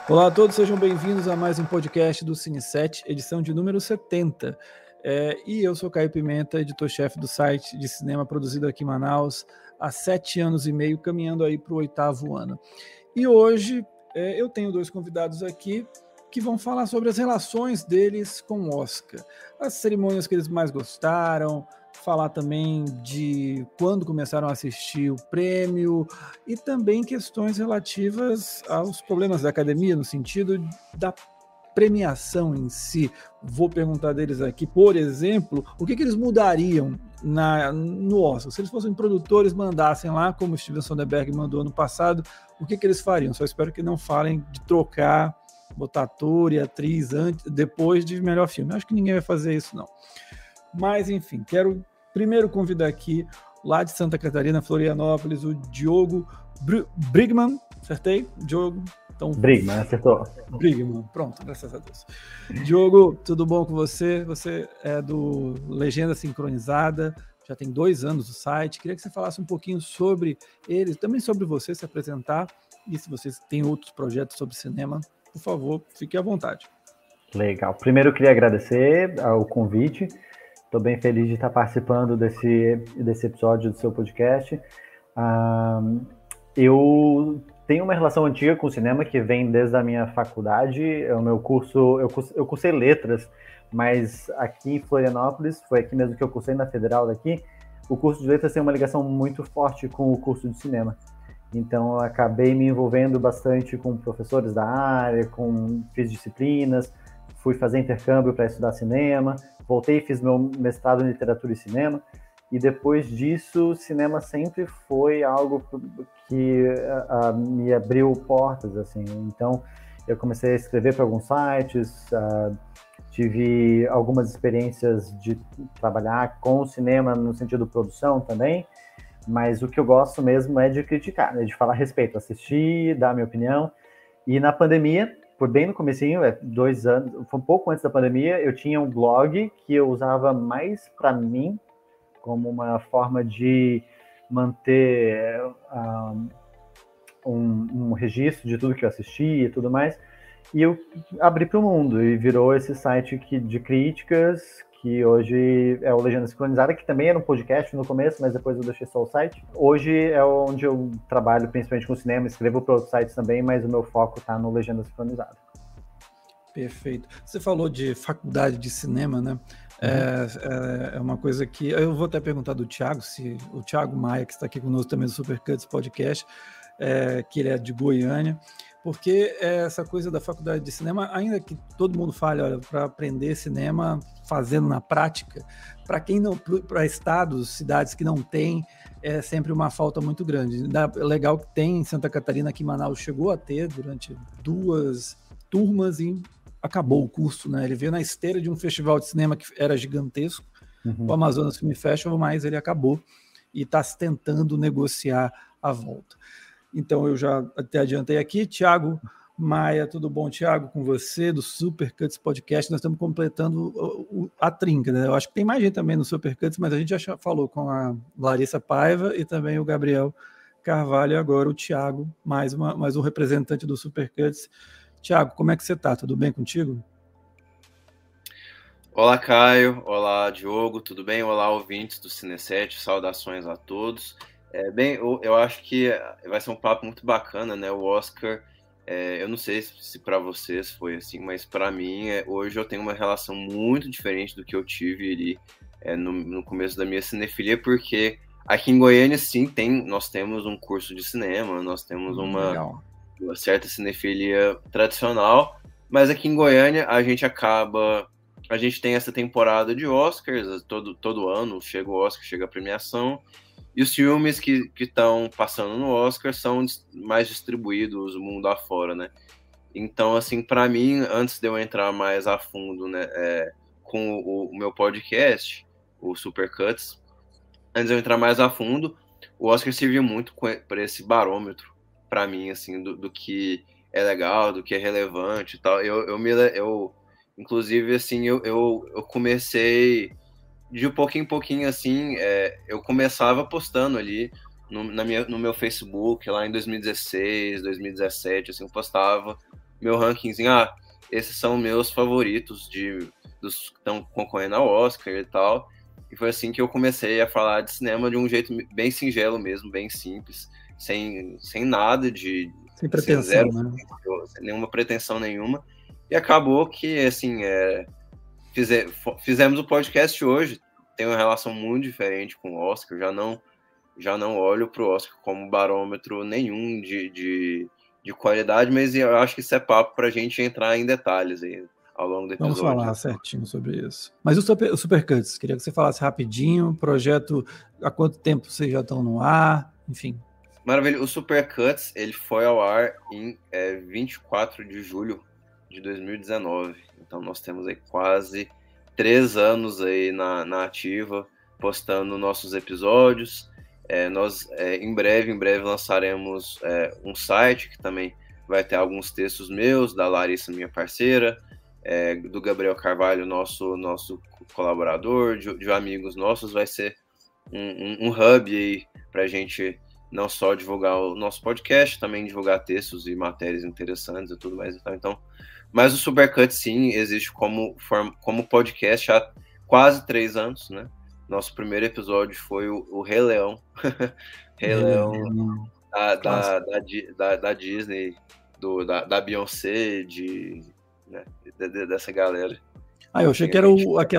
Olá a todos, sejam bem-vindos a mais um podcast do Cine7, edição de número 70. E eu sou Caio Pimenta, editor-chefe do site de cinema produzido aqui em Manaus há 7 anos e meio, caminhando aí para o 8º ano. E hoje eu tenho 2 convidados aqui que vão falar sobre as relações deles com o Oscar, as cerimônias que eles mais gostaram, falar também de quando começaram a assistir o prêmio e também questões relativas aos problemas da academia, no sentido da premiação em si. Vou perguntar deles aqui, por exemplo, o que eles mudariam no Oscar? Se eles fossem produtores, mandassem lá, como o Steven Soderbergh mandou ano passado, o que eles fariam? Só espero que não falem de trocar, botar ator e atriz depois de melhor filme. Acho que ninguém vai fazer isso, não. Mas, enfim, quero primeiro convidar aqui, lá de Santa Catarina, Florianópolis, o Diogo Brigman. Acertei? Diogo? Então, Brigman, acertou. Brigman, pronto, graças a Deus. Diogo, tudo bom com você? Você é do Legenda Sincronizada, já tem 2 anos o site. Queria que você falasse um pouquinho sobre ele, também sobre você se apresentar, e se vocês têm outros projetos sobre cinema, por favor, fique à vontade. Legal. Primeiro eu queria agradecer o convite. Estou bem feliz de estar participando desse episódio do seu podcast. Eu tenho uma relação antiga com o cinema que vem desde a minha faculdade. O meu curso, eu cursei letras, mas aqui em Florianópolis, foi aqui mesmo que eu cursei na Federal daqui, o curso de letras tem uma ligação muito forte com o curso de cinema. Então, eu acabei me envolvendo bastante com professores da área, fiz disciplinas, fui fazer intercâmbio para estudar cinema, voltei e fiz meu mestrado em literatura e cinema, e depois disso, cinema sempre foi algo que me abriu portas, assim. Então, eu comecei a escrever para alguns sites, tive algumas experiências de trabalhar com cinema no sentido de produção também, mas o que eu gosto mesmo é de criticar, né? De falar a respeito, assistir, dar a minha opinião. E na pandemia, por bem no comecinho, 2 anos, foi um pouco antes da pandemia, eu tinha um blog que eu usava mais para mim, como uma forma de manter um registro de tudo que eu assisti e tudo mais. E eu abri para o mundo e virou esse site de críticas, que hoje é o Legenda Sincronizada, que também era um podcast no começo, mas depois eu deixei só o site. Hoje é onde eu trabalho principalmente com cinema, escrevo para outros sites também, mas o meu foco está no Legenda Sincronizada. Perfeito. Você falou de faculdade de cinema, né? É uma coisa que eu vou até perguntar do Thiago, se o Thiago Maia, que está aqui conosco também do Supercuts Podcast, que ele é de Goiânia, porque essa coisa da faculdade de cinema, ainda que todo mundo fale, olha, para aprender cinema fazendo na prática, para estados, cidades que não têm, é sempre uma falta muito grande. Legal que tem em Santa Catarina, que Manaus chegou a ter durante 2 turmas e acabou o curso, né? Ele veio na esteira de um festival de cinema que era gigantesco, o Amazonas Film Festival, mas ele acabou e está tentando negociar a volta. Então, eu já até adiantei aqui. Thiago Maia, tudo bom, Thiago, com você, do Supercuts Podcast? Nós estamos completando a trinca, né? Eu acho que tem mais gente também no Supercuts, mas a gente já falou com a Larissa Paiva e também o Gabriel Carvalho, e agora o Thiago, mais um representante do Supercuts. Thiago, como é que você está? Tudo bem contigo? Olá, Caio. Olá, Diogo. Tudo bem? Olá, ouvintes do Cine7. Saudações a todos. Bem, eu acho que vai ser um papo muito bacana, né? O Oscar, eu não sei se para vocês foi assim, mas para mim, hoje eu tenho uma relação muito diferente do que eu tive ali no começo da minha cinefilia, porque aqui em Goiânia, sim, nós temos um curso de cinema, nós temos uma certa cinefilia tradicional, mas aqui em Goiânia a gente tem essa temporada de Oscars, todo ano chega o Oscar, chega a premiação, e os filmes que estão passando no Oscar são mais distribuídos o mundo afora, né? Então, assim, para mim, antes de eu entrar mais a fundo, né, com o meu podcast, o Supercuts, antes de eu entrar mais a fundo, o Oscar serviu muito para esse barômetro, para mim, assim, do que é legal, do que é relevante e tal. Inclusive, assim, eu comecei de pouquinho em pouquinho, assim, eu começava postando ali no meu Facebook, lá em 2016, 2017, assim, eu postava meu rankingzinho, esses são meus favoritos dos que estão concorrendo ao Oscar e tal. E foi assim que eu comecei a falar de cinema de um jeito bem singelo mesmo, bem simples, sem nada de... Sem pretensão, zero, né? Sem nenhuma pretensão nenhuma. E acabou que, assim, fizemos o podcast hoje, tem uma relação muito diferente com o Oscar, já não olho para o Oscar como barômetro nenhum de qualidade, mas eu acho que isso é papo para a gente entrar em detalhes aí ao longo do episódio. Vamos falar certinho sobre isso. Mas o Supercuts, queria que você falasse rapidinho, projeto, há quanto tempo vocês já estão no ar, enfim. Maravilha, o Supercuts, ele foi ao ar em 24 de julho de 2019, então nós temos aí quase 3 anos aí na ativa, postando nossos episódios. Nós em breve lançaremos um site que também vai ter alguns textos meus, da Larissa, minha parceira, do Gabriel Carvalho, nosso colaborador, de amigos nossos. Vai ser um hub aí para a gente não só divulgar o nosso podcast, também divulgar textos e matérias interessantes e tudo mais. Então, mas o Supercut, sim, existe como podcast há quase 3 anos, né? Nosso primeiro episódio foi o Rei Leão. Rei Leão da Disney, da Beyoncé, né, dessa galera. Eu achei que era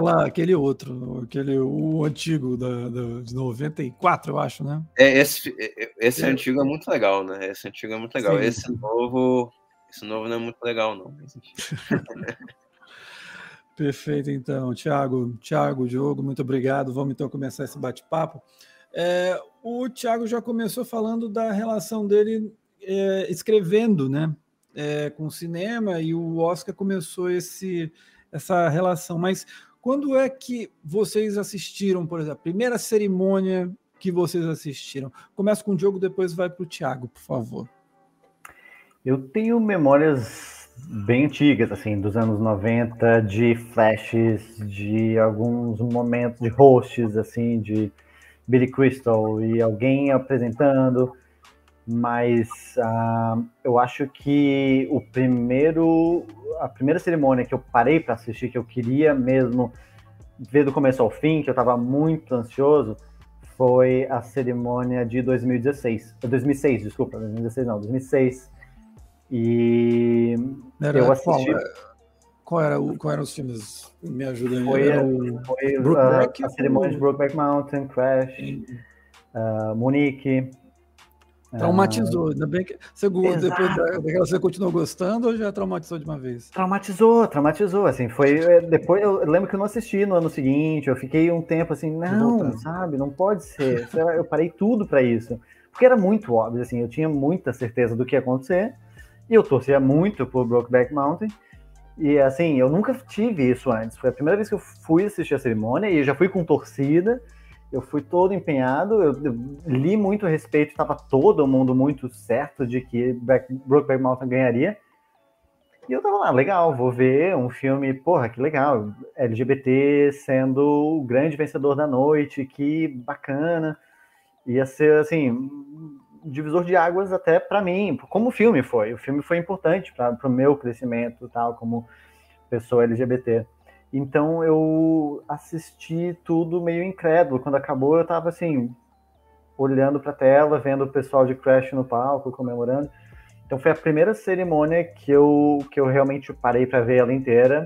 o antigo de 94, eu acho, né? Esse antigo é muito legal, né? Esse antigo é muito legal. Sim. Esse novo não é muito legal, não. Perfeito, então. Thiago, Diogo, muito obrigado. Vamos então começar esse bate-papo. O Thiago já começou falando da relação dele escrevendo, né? Com o cinema, e o Oscar começou essa relação. Mas quando é que vocês assistiram, por exemplo, a primeira cerimônia que vocês assistiram? Começa com o Diogo, depois vai para o Thiago, por favor. Eu tenho memórias bem antigas, assim, dos anos 90, de flashes, de alguns momentos de hosts, assim, de Billy Crystal e alguém apresentando, mas eu acho que a primeira cerimônia que eu parei para assistir, que eu queria mesmo ver do começo ao fim, que eu estava muito ansioso, foi a cerimônia de 2016. 2006, desculpa, 2016 não, 2006. E eu assisti... Qual eram os filmes? Me ajuda aí. Foi a cerimônia de Brokeback Mountain, Crash, Monique. Traumatizou, ainda bem que depois daquela você continuou gostando ou já traumatizou de uma vez? Traumatizou, assim, foi, depois eu lembro que eu não assisti no ano seguinte, eu fiquei um tempo assim, sabe, não pode ser, eu parei tudo para isso, porque era muito óbvio, assim, eu tinha muita certeza do que ia acontecer, e eu torcia muito por Brokeback Mountain, e assim, eu nunca tive isso antes, foi a primeira vez que eu fui assistir a cerimônia, e eu já fui com torcida, eu fui todo empenhado, eu li muito a respeito, estava todo mundo muito certo de que Brokeback Mountain ganharia. E eu tava lá, legal, vou ver um filme, porra, que legal, LGBT sendo o grande vencedor da noite, que bacana. Ia ser, assim, divisor de águas até para mim, como o filme foi. O filme foi importante para o meu crescimento, tal, como pessoa LGBT. Então eu assisti tudo meio incrédulo. Quando acabou, eu tava assim, olhando pra tela, vendo o pessoal de Crash no palco, comemorando. Então foi a primeira cerimônia que eu realmente parei para ver ela inteira.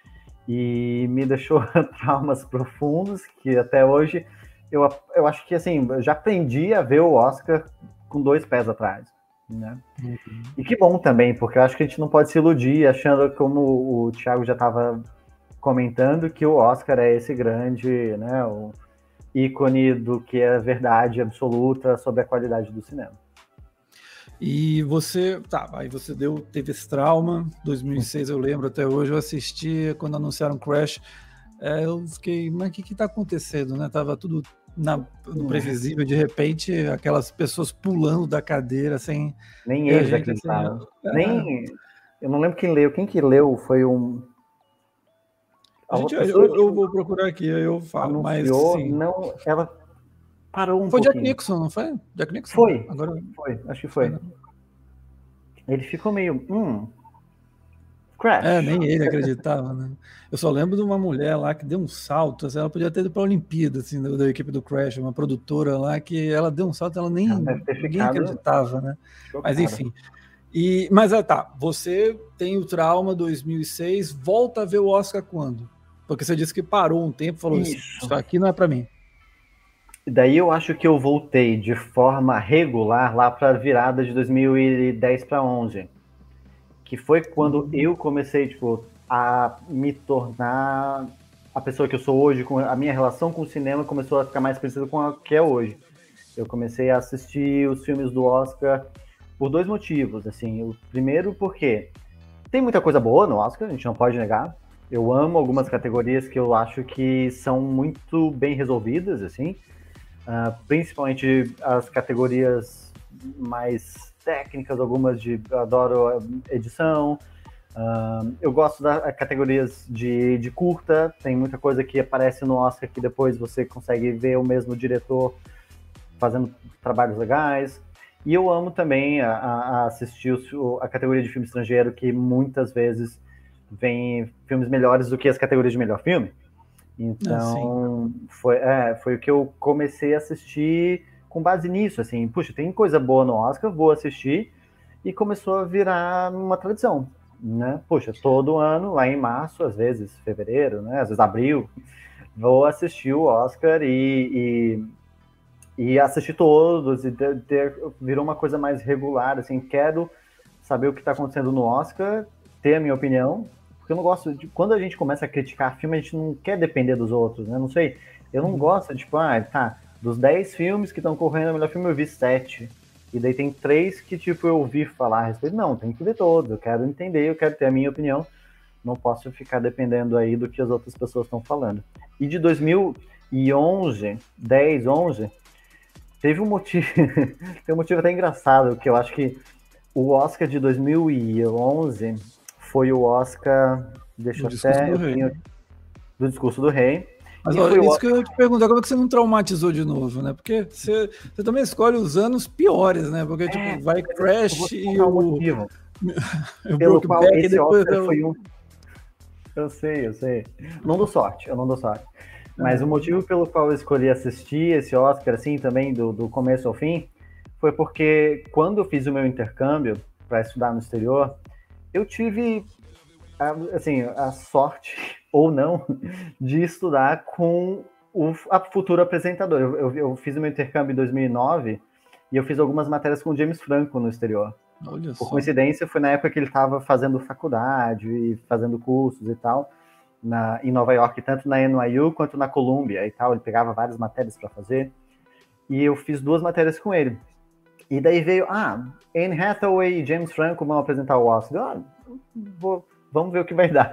E me deixou traumas profundos, que até hoje eu acho que assim, eu já aprendi a ver o Oscar com 2 pés atrás. Né? Uhum. E que bom também, porque eu acho que a gente não pode se iludir achando, como o Thiago já estava comentando, que o Oscar é esse grande, né, o ícone do que é verdade absoluta sobre a qualidade do cinema. E você, aí você teve esse trauma, 2006 eu lembro até hoje, eu assisti quando anunciaram Crash, eu fiquei, mas o que está acontecendo, né? Tava tudo no previsível, de repente aquelas pessoas pulando da cadeira sem... Nem eles acreditaram. Eu não lembro quem que leu, foi um... Eu vou procurar aqui, eu falo, anunciou, mas... Sim. Não, ela parou um pouquinho. Foi Jack Nixon, não foi? Jack Nixon? Foi, acho que foi. Ele ficou meio... Crash. Nem ele acreditava, né? Eu só lembro de uma mulher lá que deu um salto, assim, ela podia ter ido para a Olimpíada, assim, da equipe do Crash, uma produtora lá que ela deu um salto, ninguém acreditava, né? Chocado. Mas enfim. Mas tá, você tem o trauma 2006, volta a ver o Oscar quando? Porque você disse que parou um tempo, falou isso aqui não é para mim. Daí eu acho que eu voltei de forma regular lá para a virada de 2010 para 11, que foi quando eu comecei, tipo, a me tornar a pessoa que eu sou hoje. A minha relação com o cinema começou a ficar mais parecida com a que é hoje. Eu comecei a assistir os filmes do Oscar por 2 motivos, assim. O primeiro porque tem muita coisa boa no Oscar, a gente não pode negar. Eu amo algumas categorias que eu acho que são muito bem resolvidas, assim. Principalmente as categorias mais técnicas, algumas eu adoro edição. Eu gosto das categorias de curta, tem muita coisa que aparece no Oscar que depois você consegue ver o mesmo diretor fazendo trabalhos legais. E eu amo também a assistir a categoria de filme estrangeiro, que muitas vezes vem filmes melhores do que as categorias de melhor filme. Então, foi o que eu comecei a assistir com base nisso, assim, puxa, tem coisa boa no Oscar, vou assistir, e começou a virar uma tradição, né? Puxa, todo ano, lá em março, às vezes fevereiro, né? Às vezes abril, vou assistir o Oscar e assistir todos, e virou uma coisa mais regular, assim, quero saber o que está acontecendo no Oscar, ter a minha opinião, porque eu não gosto de... Quando a gente começa a criticar filme, a gente não quer depender dos outros, né? Não sei, eu não gosto, tipo, dos 10 filmes que estão correndo o melhor filme, eu vi 7. E daí tem 3 que, tipo, eu ouvi falar a respeito. Não, tem que ver todos, eu quero entender, eu quero ter a minha opinião. Não posso ficar dependendo aí do que as outras pessoas estão falando. E de 2011, 10, 11, teve um motivo... tem um motivo até engraçado, que eu acho que o Oscar de 2011... foi o Oscar, do Discurso do Rei. Mas olha, isso que eu ia te perguntar, como é que você não traumatizou de novo, né? Porque você também escolhe os anos piores, né? Porque, tipo, vai Crash e o motivo. Pelo qual esse Oscar foi um... Eu sei. Eu não dou sorte. Mas o motivo pelo qual eu escolhi assistir esse Oscar, assim, também, do começo ao fim, foi porque quando eu fiz o meu intercâmbio para estudar no exterior, eu tive, assim, a sorte, ou não, de estudar com a futura apresentadora. Eu fiz o meu intercâmbio em 2009 e eu fiz algumas matérias com o James Franco no exterior. Olha Por coincidência, foi na época que ele estava fazendo faculdade e fazendo cursos e tal, em Nova York, tanto na NYU quanto na Columbia e tal. Ele pegava várias matérias para fazer. E eu fiz 2 matérias com ele. E daí veio, Anne Hathaway e James Franco vão apresentar o Oscar. Vamos ver o que vai dar.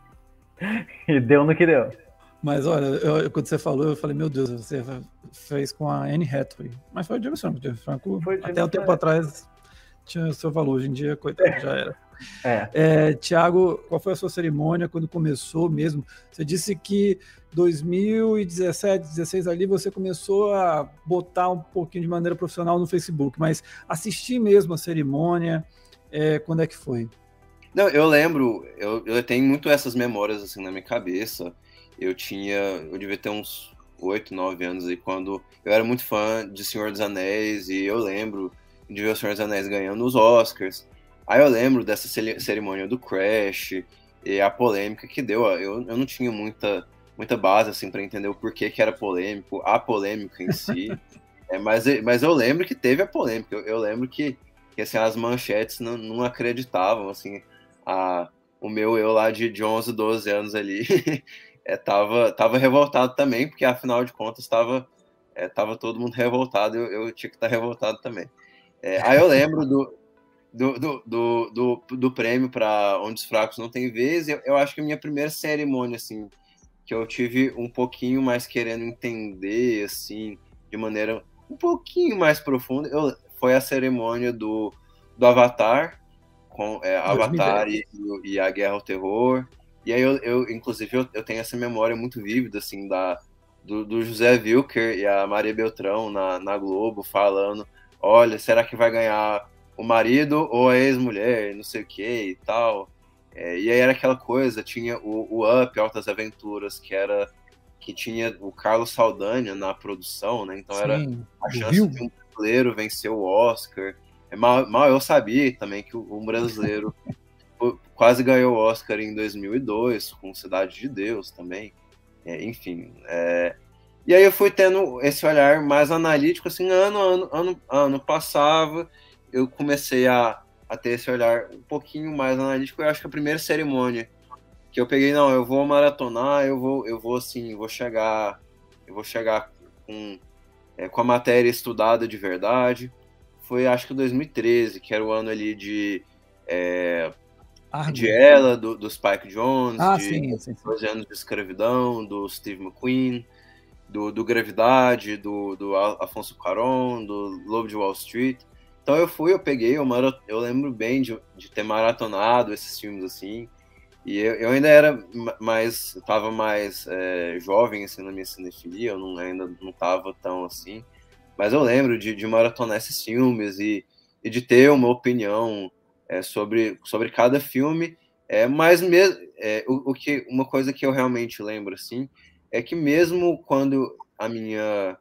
E deu no que deu. Mas olha, quando você falou, eu falei, meu Deus, você fez com a Anne Hathaway. Mas foi o James Franco. James Franco, até um tempo atrás, tinha seu valor. Hoje em dia, coitado, já era. Thiago, qual foi a sua cerimônia quando começou mesmo? Você disse que 2017, 2016 ali você começou a botar um pouquinho de maneira profissional no Facebook, mas assistir mesmo a cerimônia, quando é que foi? Não, eu lembro, eu tenho muito essas memórias assim na minha cabeça. Eu devia ter uns 8, 9 anos aí, quando eu era muito fã de Senhor dos Anéis, e eu lembro de ver o Senhor dos Anéis ganhando os Oscars. Aí eu lembro dessa cerimônia do Crash e a polêmica que deu. Eu não tinha muita base assim para entender o porquê que era polêmico, a polêmica em si. Mas eu lembro que teve a polêmica. Eu lembro que assim, as manchetes não acreditavam, assim, o meu eu lá de 11, 12 anos ali tava revoltado também, porque afinal de contas tava todo mundo revoltado, eu tinha que estar revoltado também. Aí eu lembro do prêmio para Onde os Fracos Não Têm Vez. Eu acho que a minha primeira cerimônia, assim, que eu tive um pouquinho mais querendo entender, assim, de maneira um pouquinho mais profunda, foi a cerimônia do Avatar, com Avatar e a Guerra ao Terror. E aí inclusive, eu tenho essa memória muito vívida, assim, do José Wilker e a Maria Beltrão na Globo falando, olha, será que vai ganhar o marido ou a ex-mulher, não sei o que e tal. E aí era aquela coisa, tinha o Up, Altas Aventuras, que tinha o Carlos Saldanha na produção, né? Então era a chance de um brasileiro vencer o Oscar. Mal eu sabia também que um brasileiro quase ganhou o Oscar em 2002, com Cidade de Deus também. Enfim. E aí eu fui tendo esse olhar mais analítico, assim, ano passava, eu comecei a ter esse olhar um pouquinho mais analítico. Eu acho que a primeira cerimônia que eu peguei, não, eu vou maratonar, eu vou chegar com a matéria estudada de verdade. Foi, acho que 2013, que era o ano ali de Ela, do Spike Jonze, de 12 anos de escravidão, do Steve McQueen, do Gravidade, do Afonso Cuarón, do Lobo de Wall Street. Então eu peguei, eu lembro bem de ter maratonado esses filmes, assim, e eu ainda estava mais jovem, assim, na minha cinefilia, eu ainda não estava tão assim, mas eu lembro de maratonar esses filmes e de ter uma opinião sobre cada filme, mas mesmo, uma coisa que eu realmente lembro, assim, é que mesmo quando a minha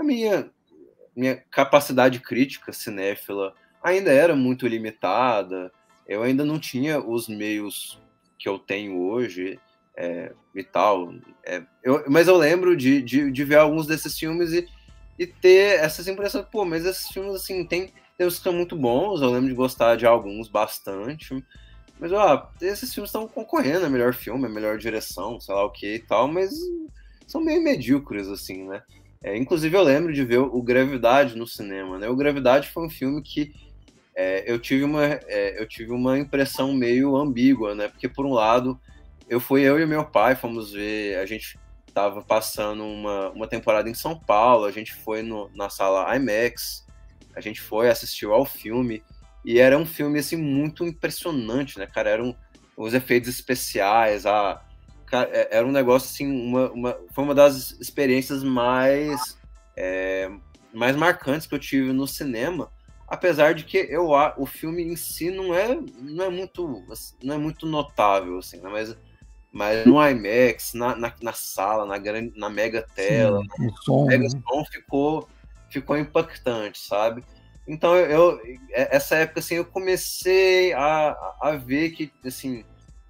capacidade crítica cinéfila ainda era muito limitada, eu ainda não tinha os meios que eu tenho hoje e tal. Mas eu lembro de ver alguns desses filmes e ter essas impressões, pô, mas esses filmes, assim, tem uns que são muito bons, eu lembro de gostar de alguns bastante, mas, esses filmes estão concorrendo a melhor filme, a melhor direção, sei lá o que e tal, mas são meio medíocres, assim, né? Inclusive, eu lembro de ver o Gravidade no cinema, né? O Gravidade foi um filme que eu tive uma impressão meio ambígua, né? Porque, por um lado, eu e meu pai fomos ver, a gente estava passando uma temporada em São Paulo, a gente foi na sala IMAX, a gente foi, assistiu ao filme, e era um filme, assim, muito impressionante, né, cara? Eram os efeitos especiais, era um negócio, assim, foi uma das experiências mais marcantes que eu tive no cinema, apesar de que o filme em si não é muito notável, assim, né? Mas no IMAX, na sala, na mega tela, sim, o som, mega som ficou impactante, sabe? Então essa época, assim, eu comecei a ver que, assim,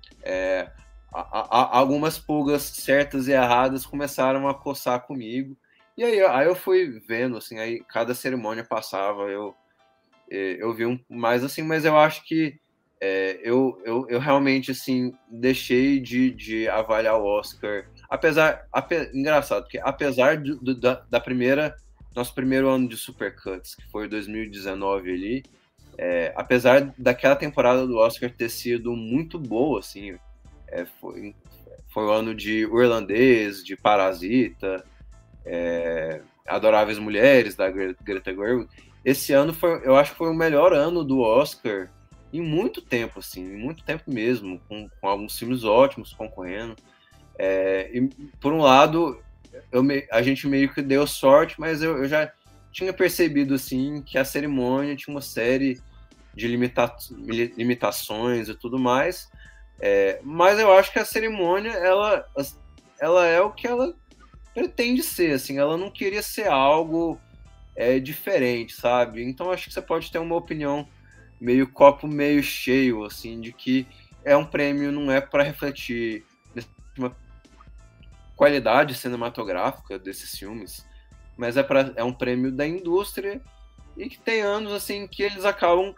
algumas pulgas certas e erradas começaram a coçar comigo, e aí eu fui vendo, assim, aí cada cerimônia passava, eu vi mais, assim, mas eu acho que eu realmente, assim, deixei de avaliar o Oscar, engraçado, porque apesar nosso primeiro ano de Supercuts, que foi 2019 ali, apesar daquela temporada do Oscar ter sido muito boa, assim, foi o ano de O Irlandês, de Parasita, Adoráveis Mulheres, da Greta Gerwig. Esse ano eu acho que foi o melhor ano do Oscar em muito tempo, assim, em muito tempo mesmo, com alguns filmes ótimos concorrendo. E, por um lado, a gente meio que deu sorte, mas eu já tinha percebido, assim, que a cerimônia tinha uma série de limitações e tudo mais, mas eu acho que a cerimônia, ela é o que ela pretende ser, assim, ela não queria ser algo diferente, sabe? Então acho que você pode ter uma opinião copo meio cheio, assim, de que um prêmio não é para refletir uma qualidade cinematográfica desses filmes, mas é um prêmio da indústria e que tem anos, assim, que eles acabam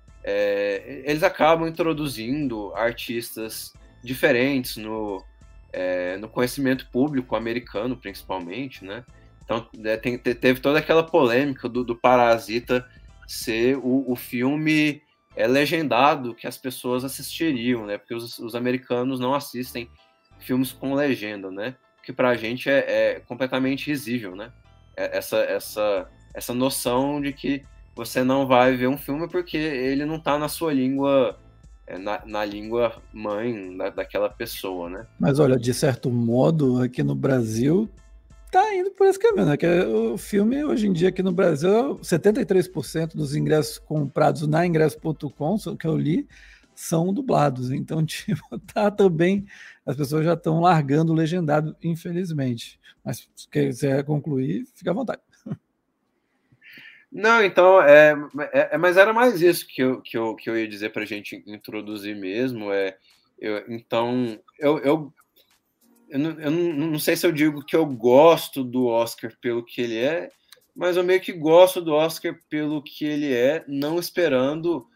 introduzindo artistas diferentes no conhecimento público americano, principalmente, né? Então, teve toda aquela polêmica do Parasita ser o filme legendado que as pessoas assistiriam, né? Porque os americanos não assistem filmes com legenda, né? Que pra gente é completamente risível, né? Essa noção de que você não vai ver um filme porque ele não tá na sua língua, na língua mãe daquela pessoa, né? Mas olha, de certo modo, aqui no Brasil tá indo por esse caminho, né? Que o filme, hoje em dia, aqui no Brasil, 73% dos ingressos comprados na ingresso.com, que eu li, são dublados. Então, tipo, tá também, as pessoas já estão largando o legendado, infelizmente. Mas se quiser concluir, fica à vontade. Não, então, mas era mais isso que eu ia dizer para a gente introduzir mesmo. Então, eu não sei se eu digo que eu gosto do Oscar pelo que ele é, mas eu meio que gosto do Oscar pelo que ele é, não esperando.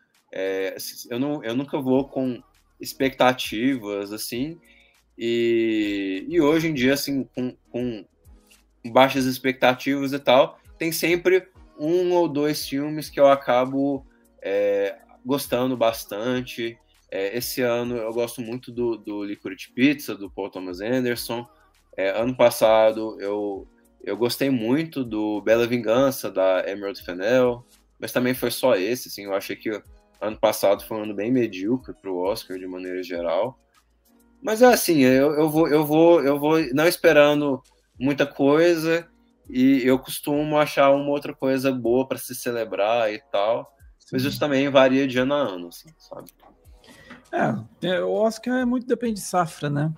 Eu nunca vou com expectativas, assim, e hoje em dia, assim, com baixas expectativas e tal, tem sempre um ou dois filmes que eu acabo gostando bastante. Esse ano eu gosto muito do Licorice Pizza, do Paul Thomas Anderson. Ano passado eu gostei muito do Bela Vingança, da Emerald Fennell, mas também foi só esse, assim, eu achei que ano passado foi um ano bem medíocre para o Oscar, de maneira geral. Mas é assim, eu vou não esperando muita coisa, e eu costumo achar uma outra coisa boa para se celebrar e tal, mas isso também varia de ano a ano, assim, sabe? O Oscar muito depende de safra, né?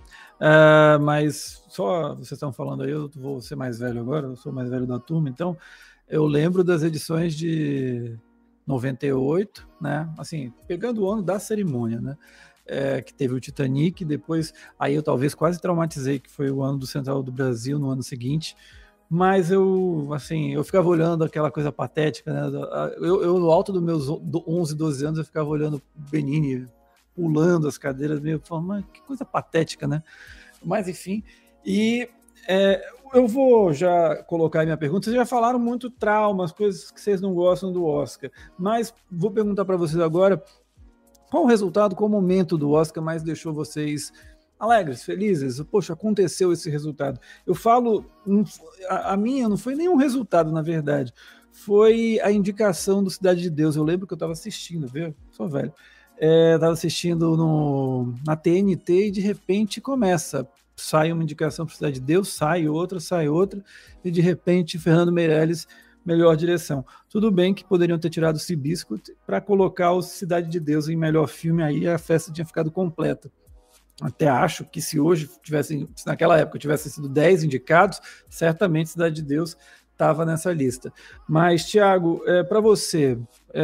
Mas só vocês estão falando aí, eu vou ser mais velho agora, eu sou mais velho da turma, então eu lembro das edições de 98, né? Assim, pegando o ano da cerimônia, né? Que teve o Titanic, depois aí eu talvez quase traumatizei, que foi o ano do Central do Brasil no ano seguinte, mas eu ficava olhando aquela coisa patética, né? Eu no alto dos meus 11, 12 anos, eu ficava olhando Benigni pulando as cadeiras, meio falando, mas que coisa patética, né? Mas enfim, e eu vou já colocar a minha pergunta. Vocês já falaram muito traumas, coisas que vocês não gostam do Oscar, mas vou perguntar para vocês agora, qual o resultado, qual o momento do Oscar mais deixou vocês alegres, felizes? Poxa, aconteceu esse resultado. Eu falo, a minha não foi nenhum resultado, na verdade. Foi a indicação do Cidade de Deus. Eu lembro que eu estava assistindo, viu? Sou velho. Estava assistindo na TNT e de repente começa. Sai uma indicação para Cidade de Deus, sai outra, e de repente Fernando Meirelles, melhor direção. Tudo bem que poderiam ter tirado o Seabiscuit para colocar o Cidade de Deus em melhor filme, aí a festa tinha ficado completa. Até acho que se naquela época tivessem sido 10 indicados, certamente Cidade de Deus estava nessa lista. Mas, Thiago, para você,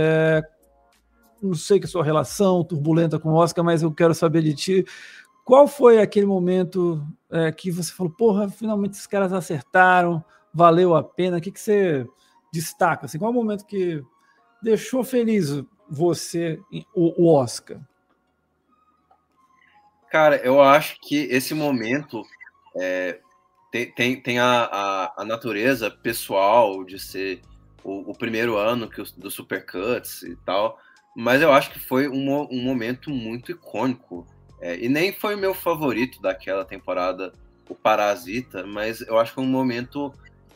não sei que a sua relação turbulenta com o Oscar, mas eu quero saber de ti, qual foi aquele momento que você falou, porra, finalmente esses caras acertaram, valeu a pena? O que você destaca? Assim, qual é o momento que deixou feliz você, o Oscar? Cara, eu acho que esse momento tem a natureza pessoal de ser o primeiro ano do Supercuts e tal, mas eu acho que foi um momento muito icônico. E nem foi o meu favorito daquela temporada, o Parasita, mas eu acho que foi um momento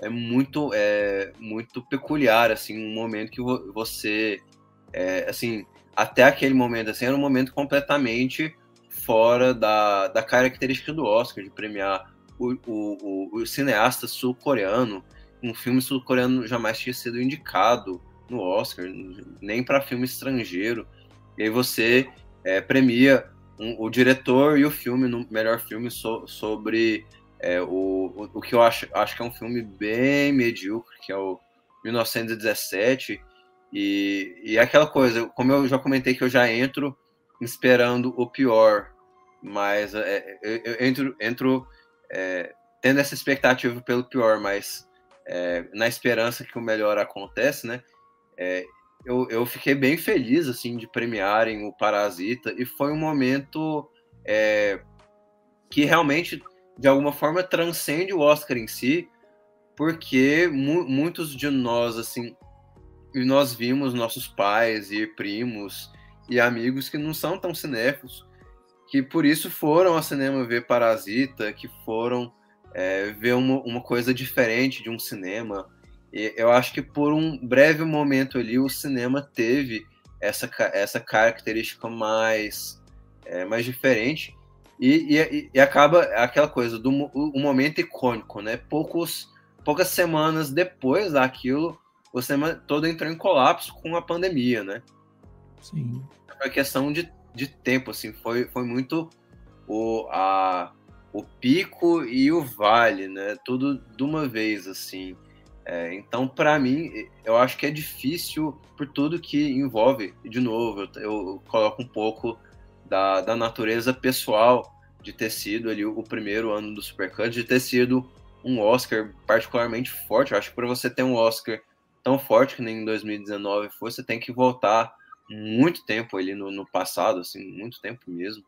muito peculiar, assim, um momento que você, assim, até aquele momento, assim, era um momento completamente fora da característica do Oscar, de premiar o cineasta sul-coreano. Um filme sul-coreano jamais tinha sido indicado no Oscar, nem para filme estrangeiro. E aí você premia o diretor e o filme no melhor filme sobre o que eu acho que é um filme bem medíocre, que é o 1917. E aquela coisa, como eu já comentei, que eu já entro esperando o pior, mas eu entro tendo essa expectativa pelo pior, mas na esperança que o melhor acontece, né? Eu fiquei bem feliz, assim, de premiarem o Parasita, e foi um momento que realmente, de alguma forma, transcende o Oscar em si, porque muitos de nós, assim, nós vimos nossos pais e primos e amigos que não são tão cinéfilos, que por isso foram ao cinema ver Parasita, que foram ver uma coisa diferente de um cinema. E eu acho que por um breve momento ali o cinema teve essa característica mais diferente, e acaba aquela coisa do momento icônico, né? Poucas semanas depois daquilo, o cinema todo entrou em colapso com a pandemia, né? Sim. É uma questão de de tempo, assim, foi muito o pico e o vale, né? Tudo de uma vez, assim. Então, para mim, eu acho que é difícil por tudo que envolve. De novo, eu coloco um pouco da natureza pessoal de ter sido ali o primeiro ano do Supercut, de ter sido um Oscar particularmente forte. Eu acho que para você ter um Oscar tão forte que nem em 2019 foi, você tem que voltar muito tempo ali no passado, assim, muito tempo mesmo.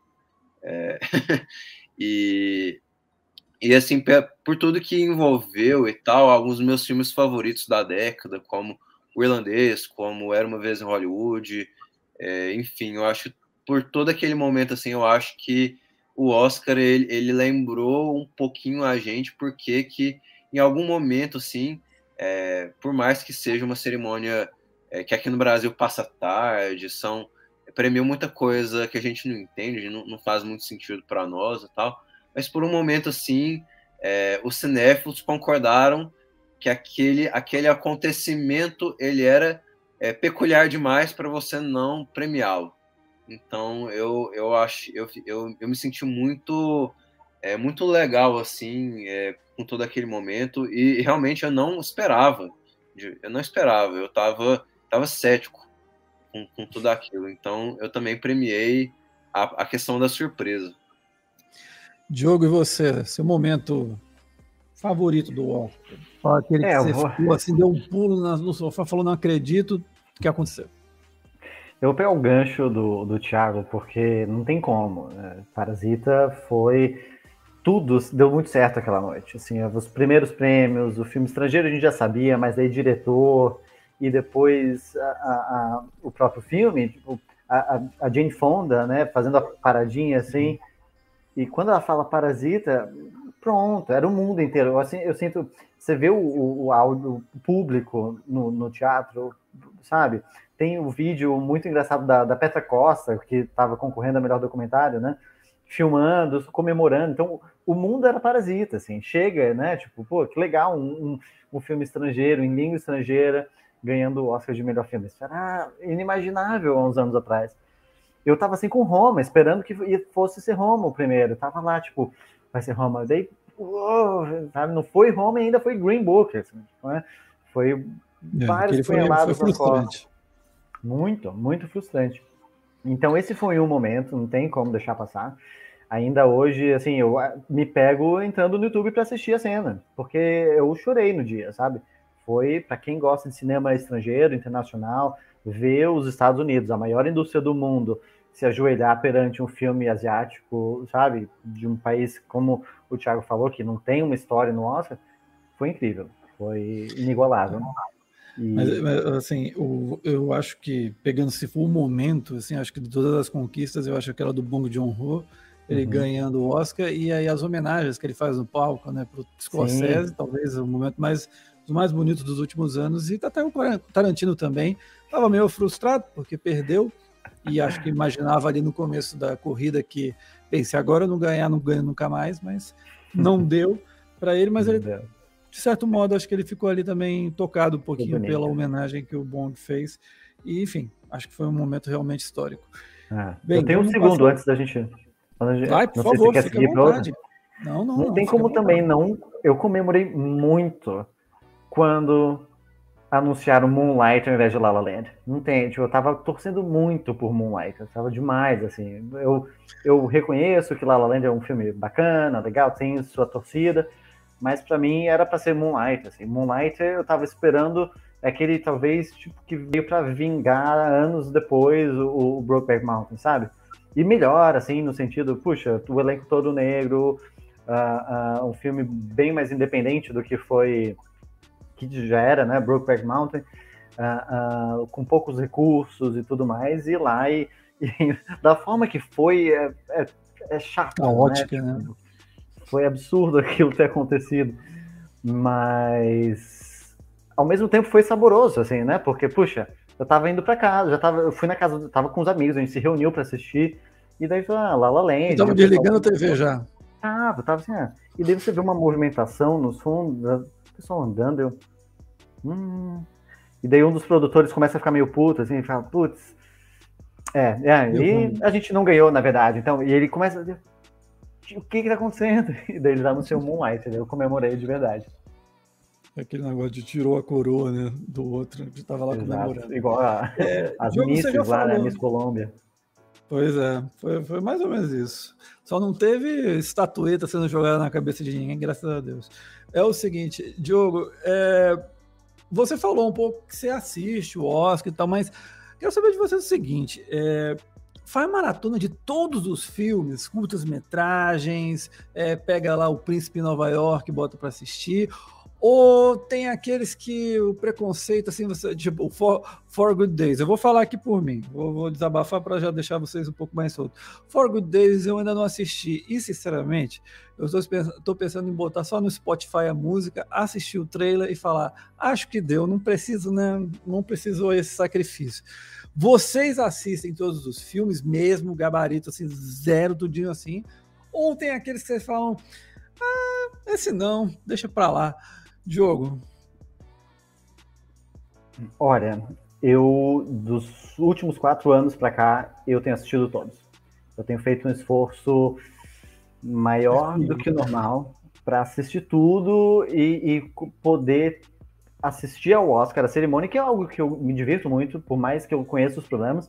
E assim, por tudo que envolveu e tal, alguns dos meus filmes favoritos da década, como O Irlandês, como Era Uma Vez em Hollywood, enfim, eu acho, por todo aquele momento, assim, eu acho que o Oscar, ele lembrou um pouquinho a gente, porque que em algum momento, assim, por mais que seja uma cerimônia que aqui no Brasil passa tarde, premiou muita coisa que a gente não entende, não faz muito sentido para nós e tal, mas por um momento, assim, os cinéfilos concordaram que aquele acontecimento ele era peculiar demais para você não premiá-lo. Então, eu me senti muito legal, assim, com todo aquele momento, e realmente eu não esperava, eu estava cético com tudo aquilo. Então, eu também premiei a questão da surpresa. Diogo, e você? Seu momento favorito do Oscar? Qual aquele que você ficou assim, deu um pulo no sofá, falou, não acredito, o que aconteceu? Eu vou pegar o gancho do Thiago, porque não tem como, né? Parasita foi... Tudo deu muito certo aquela noite. Assim, os primeiros prêmios, o filme estrangeiro a gente já sabia, mas aí diretor, e depois o próprio filme, tipo, a Jane Fonda, né, fazendo a paradinha assim, e quando ela fala Parasita, pronto, era o mundo inteiro. Assim, eu sinto, você vê o público no teatro, sabe? Tem um vídeo muito engraçado da Petra Costa, que estava concorrendo a melhor documentário, né? Filmando, comemorando. Então, o mundo era Parasita, assim. Chega, né? Tipo, pô, que legal, um filme estrangeiro, em língua estrangeira, ganhando o Oscar de melhor filme. Isso era inimaginável há uns anos atrás. Eu tava assim com Roma, esperando que fosse ser Roma o primeiro. Eu tava lá, tipo, vai ser Roma. Daí, sabe? Não foi Roma e ainda foi Green Book. Assim, né? Foi vários punhalados foi frustrante. Muito, muito frustrante. Então esse foi um momento, não tem como deixar passar. Ainda hoje, assim, eu me pego entrando no YouTube para assistir a cena, porque eu chorei no dia, sabe? Foi, para quem gosta de cinema estrangeiro, internacional, ver os Estados Unidos, a maior indústria do mundo, se ajoelhar perante um filme asiático, sabe? De um país, como o Thiago falou, que não tem uma história no Oscar, foi incrível, foi inigualável. Mas assim, eu acho que, pegando se for um momento, assim, acho que de todas as conquistas, eu acho aquela do Bong Joon-ho, ele ganhando o Oscar, e aí as homenagens que ele faz no palco, né, pro Scorsese, talvez o momento dos mais bonitos dos últimos anos, e até o Tarantino também, estava meio frustrado, porque perdeu, e acho que imaginava ali no começo da corrida que, se agora eu não ganhar, não ganho nunca mais, mas não deu para ele, mas ele... De certo modo, acho que ele ficou ali também tocado um pouquinho pela homenagem que o Bong fez. E, enfim, acho que foi um momento realmente histórico. Bem, eu tenho um segundo antes da gente... Vai, por favor, fica à vontade. Não tem como também não... Eu comemorei muito quando anunciaram Moonlight ao invés de La La Land. Não tem, tipo, eu tava torcendo muito por Moonlight. Eu tava demais, assim. Eu reconheço que La La Land é um filme bacana, legal, tem sua torcida, mas para mim era para ser Moonlight, assim. Moonlight eu tava esperando aquele, talvez, tipo, que veio para vingar anos depois o Brokeback Mountain, sabe? E melhor, assim, no sentido, puxa, o elenco todo negro, um filme bem mais independente do que foi, que já era, né, Brokeback Mountain, com poucos recursos e tudo mais, e lá e da forma que foi, é chato, caótica, né? Tipo, foi absurdo aquilo ter acontecido, mas ao mesmo tempo foi saboroso, assim, né? Porque, puxa, eu tava indo pra casa, eu fui na casa, tava com os amigos, a gente se reuniu pra assistir, e daí foi La La Land. Eu tava desligando a TV já. Tava assim, e daí você vê uma movimentação nos fundos, o pessoal andando, e daí um dos produtores começa a ficar meio puto, assim, e fala, putz, E a gente não ganhou, na verdade. Então, e ele começa a dizer, o que tá acontecendo? E daí eles anunciam o Moonlight, eu comemorei de verdade. Aquele negócio de tirou a coroa, né, do outro, que tava lá comemorando. Igual as Misses lá, né, Miss Colômbia. Pois é, foi mais ou menos isso. Só não teve estatueta sendo jogada na cabeça de ninguém, graças a Deus. É o seguinte, Diogo, você falou um pouco que você assiste o Oscar e tal, mas quero saber de você o seguinte, faz maratona de todos os filmes, curtas-metragens, pega lá o Príncipe em Nova York e bota para assistir, ou tem aqueles que o preconceito, assim, tipo, For Good Days, eu vou falar aqui por mim, vou desabafar para já deixar vocês um pouco mais soltos. For Good Days eu ainda não assisti, e sinceramente, eu estou pensando em botar só no Spotify a música, assistir o trailer e falar, acho que deu, não preciso, né? Não precisou esse sacrifício. Vocês assistem todos os filmes, mesmo gabarito, assim, zero, tudinho assim, ou tem aqueles que vocês falam, esse não, deixa pra lá. Diogo. Olha, dos últimos 4 anos pra cá, eu tenho assistido todos. Eu tenho feito um esforço maior do que o normal para assistir tudo e poder assistir ao Oscar, a cerimônia, que é algo que eu me divirto muito, por mais que eu conheça os problemas,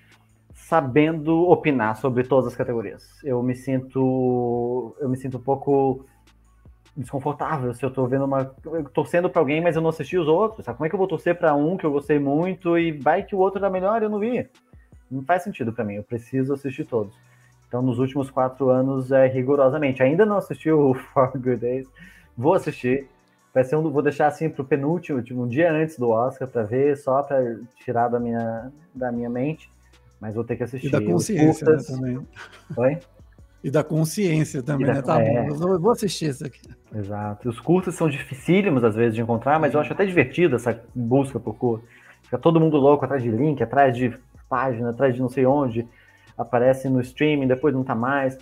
sabendo opinar sobre todas as categorias. Eu me sinto um pouco desconfortável se eu tô vendo torcendo para alguém, mas eu não assisti os outros, sabe? Como é que eu vou torcer para um que eu gostei muito e vai que o outro tá melhor e eu não vi? Não faz sentido para mim, eu preciso assistir todos. Então, nos últimos 4 anos, rigorosamente. Ainda não assisti o For Good Days, vou assistir. Vou deixar assim pro penúltimo, tipo, um dia antes do Oscar, para ver, só para tirar da minha mente, mas vou ter que assistir. E da consciência, né, também. Oi? E da consciência também, né? Tá bom, eu vou assistir isso aqui. Exato. Os curtas são dificílimos, às vezes, de encontrar, mas eu acho até divertido essa busca por curta. Fica todo mundo louco atrás de link, atrás de página, atrás de não sei onde, aparece no streaming, depois não tá mais.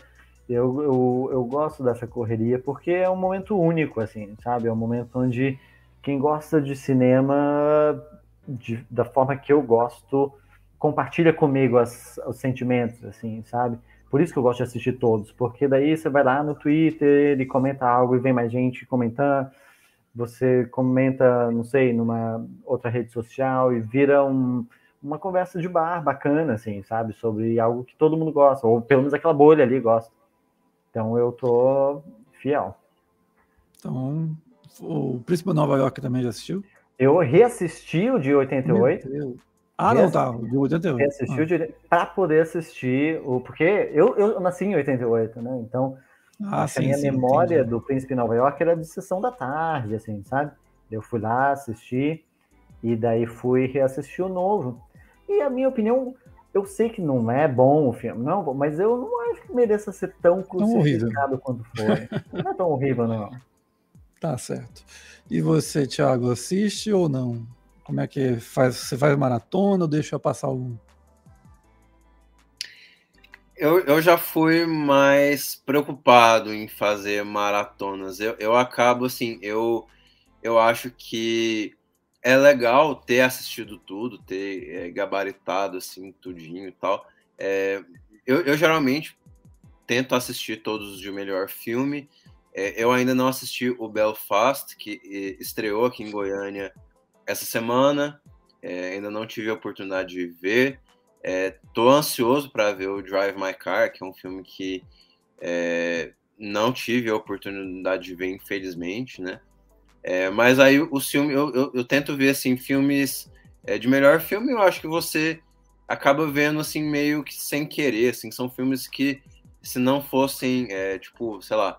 Eu gosto dessa correria porque é um momento único, assim, sabe? É um momento onde quem gosta de cinema da forma que eu gosto compartilha comigo os sentimentos, assim, sabe? Por isso que eu gosto de assistir todos, porque daí você vai lá no Twitter e comenta algo e vem mais gente comentando, você comenta, não sei, numa outra rede social e vira uma conversa de bar bacana, assim, sabe? Sobre algo que todo mundo gosta, ou pelo menos aquela bolha ali gosta. Então eu tô fiel. Então, o Príncipe de Nova York também já assistiu? Eu reassisti o de 88. Meu Deus. Não, tá, o de 88. Reassisti para poder assistir porque eu nasci em 88, né? Então, a minha memória entendi. Do Príncipe de Nova York era de sessão da tarde, assim, sabe? Eu fui lá assistir e daí fui reassistir o novo. E a minha opinião, eu sei que não é bom o filme, não, mas eu não acho que mereça ser tão crucificado quanto foi. Não é tão horrível, não. Tá certo. E você, Thiago, assiste ou não? Como é que faz? Você faz maratona ou deixa passar algum? Eu já fui mais preocupado em fazer maratonas. Eu acabo, assim, eu acho que é legal ter assistido tudo, ter gabaritado, assim, tudinho e tal. Eu geralmente tento assistir todos de melhor filme. Eu ainda não assisti o Belfast, que estreou aqui em Goiânia essa semana. Ainda não tive a oportunidade de ver. Tô ansioso para ver o Drive My Car, que é um filme que não tive a oportunidade de ver, infelizmente, né? Mas aí os filmes, eu tento ver, assim, filmes de melhor filme, eu acho que você acaba vendo, assim, meio que sem querer, assim, são filmes que, se não fossem, tipo, sei lá,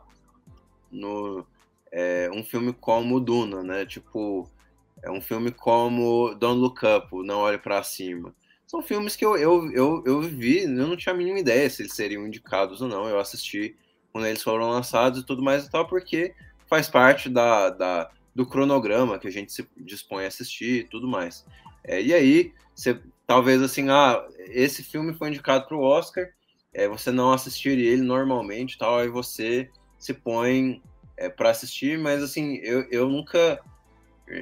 um filme como Duna, né? Tipo, um filme como Don't Look Up, Não Olhe Pra Cima. São filmes que eu vi, eu não tinha a mínima ideia se eles seriam indicados ou não. Eu assisti quando eles foram lançados e tudo mais e tal, porque faz parte do cronograma que a gente se dispõe a assistir e tudo mais. E aí, você talvez assim, esse filme foi indicado para o Oscar, você não assistiria ele normalmente, tal, aí você se põe para assistir, mas assim, eu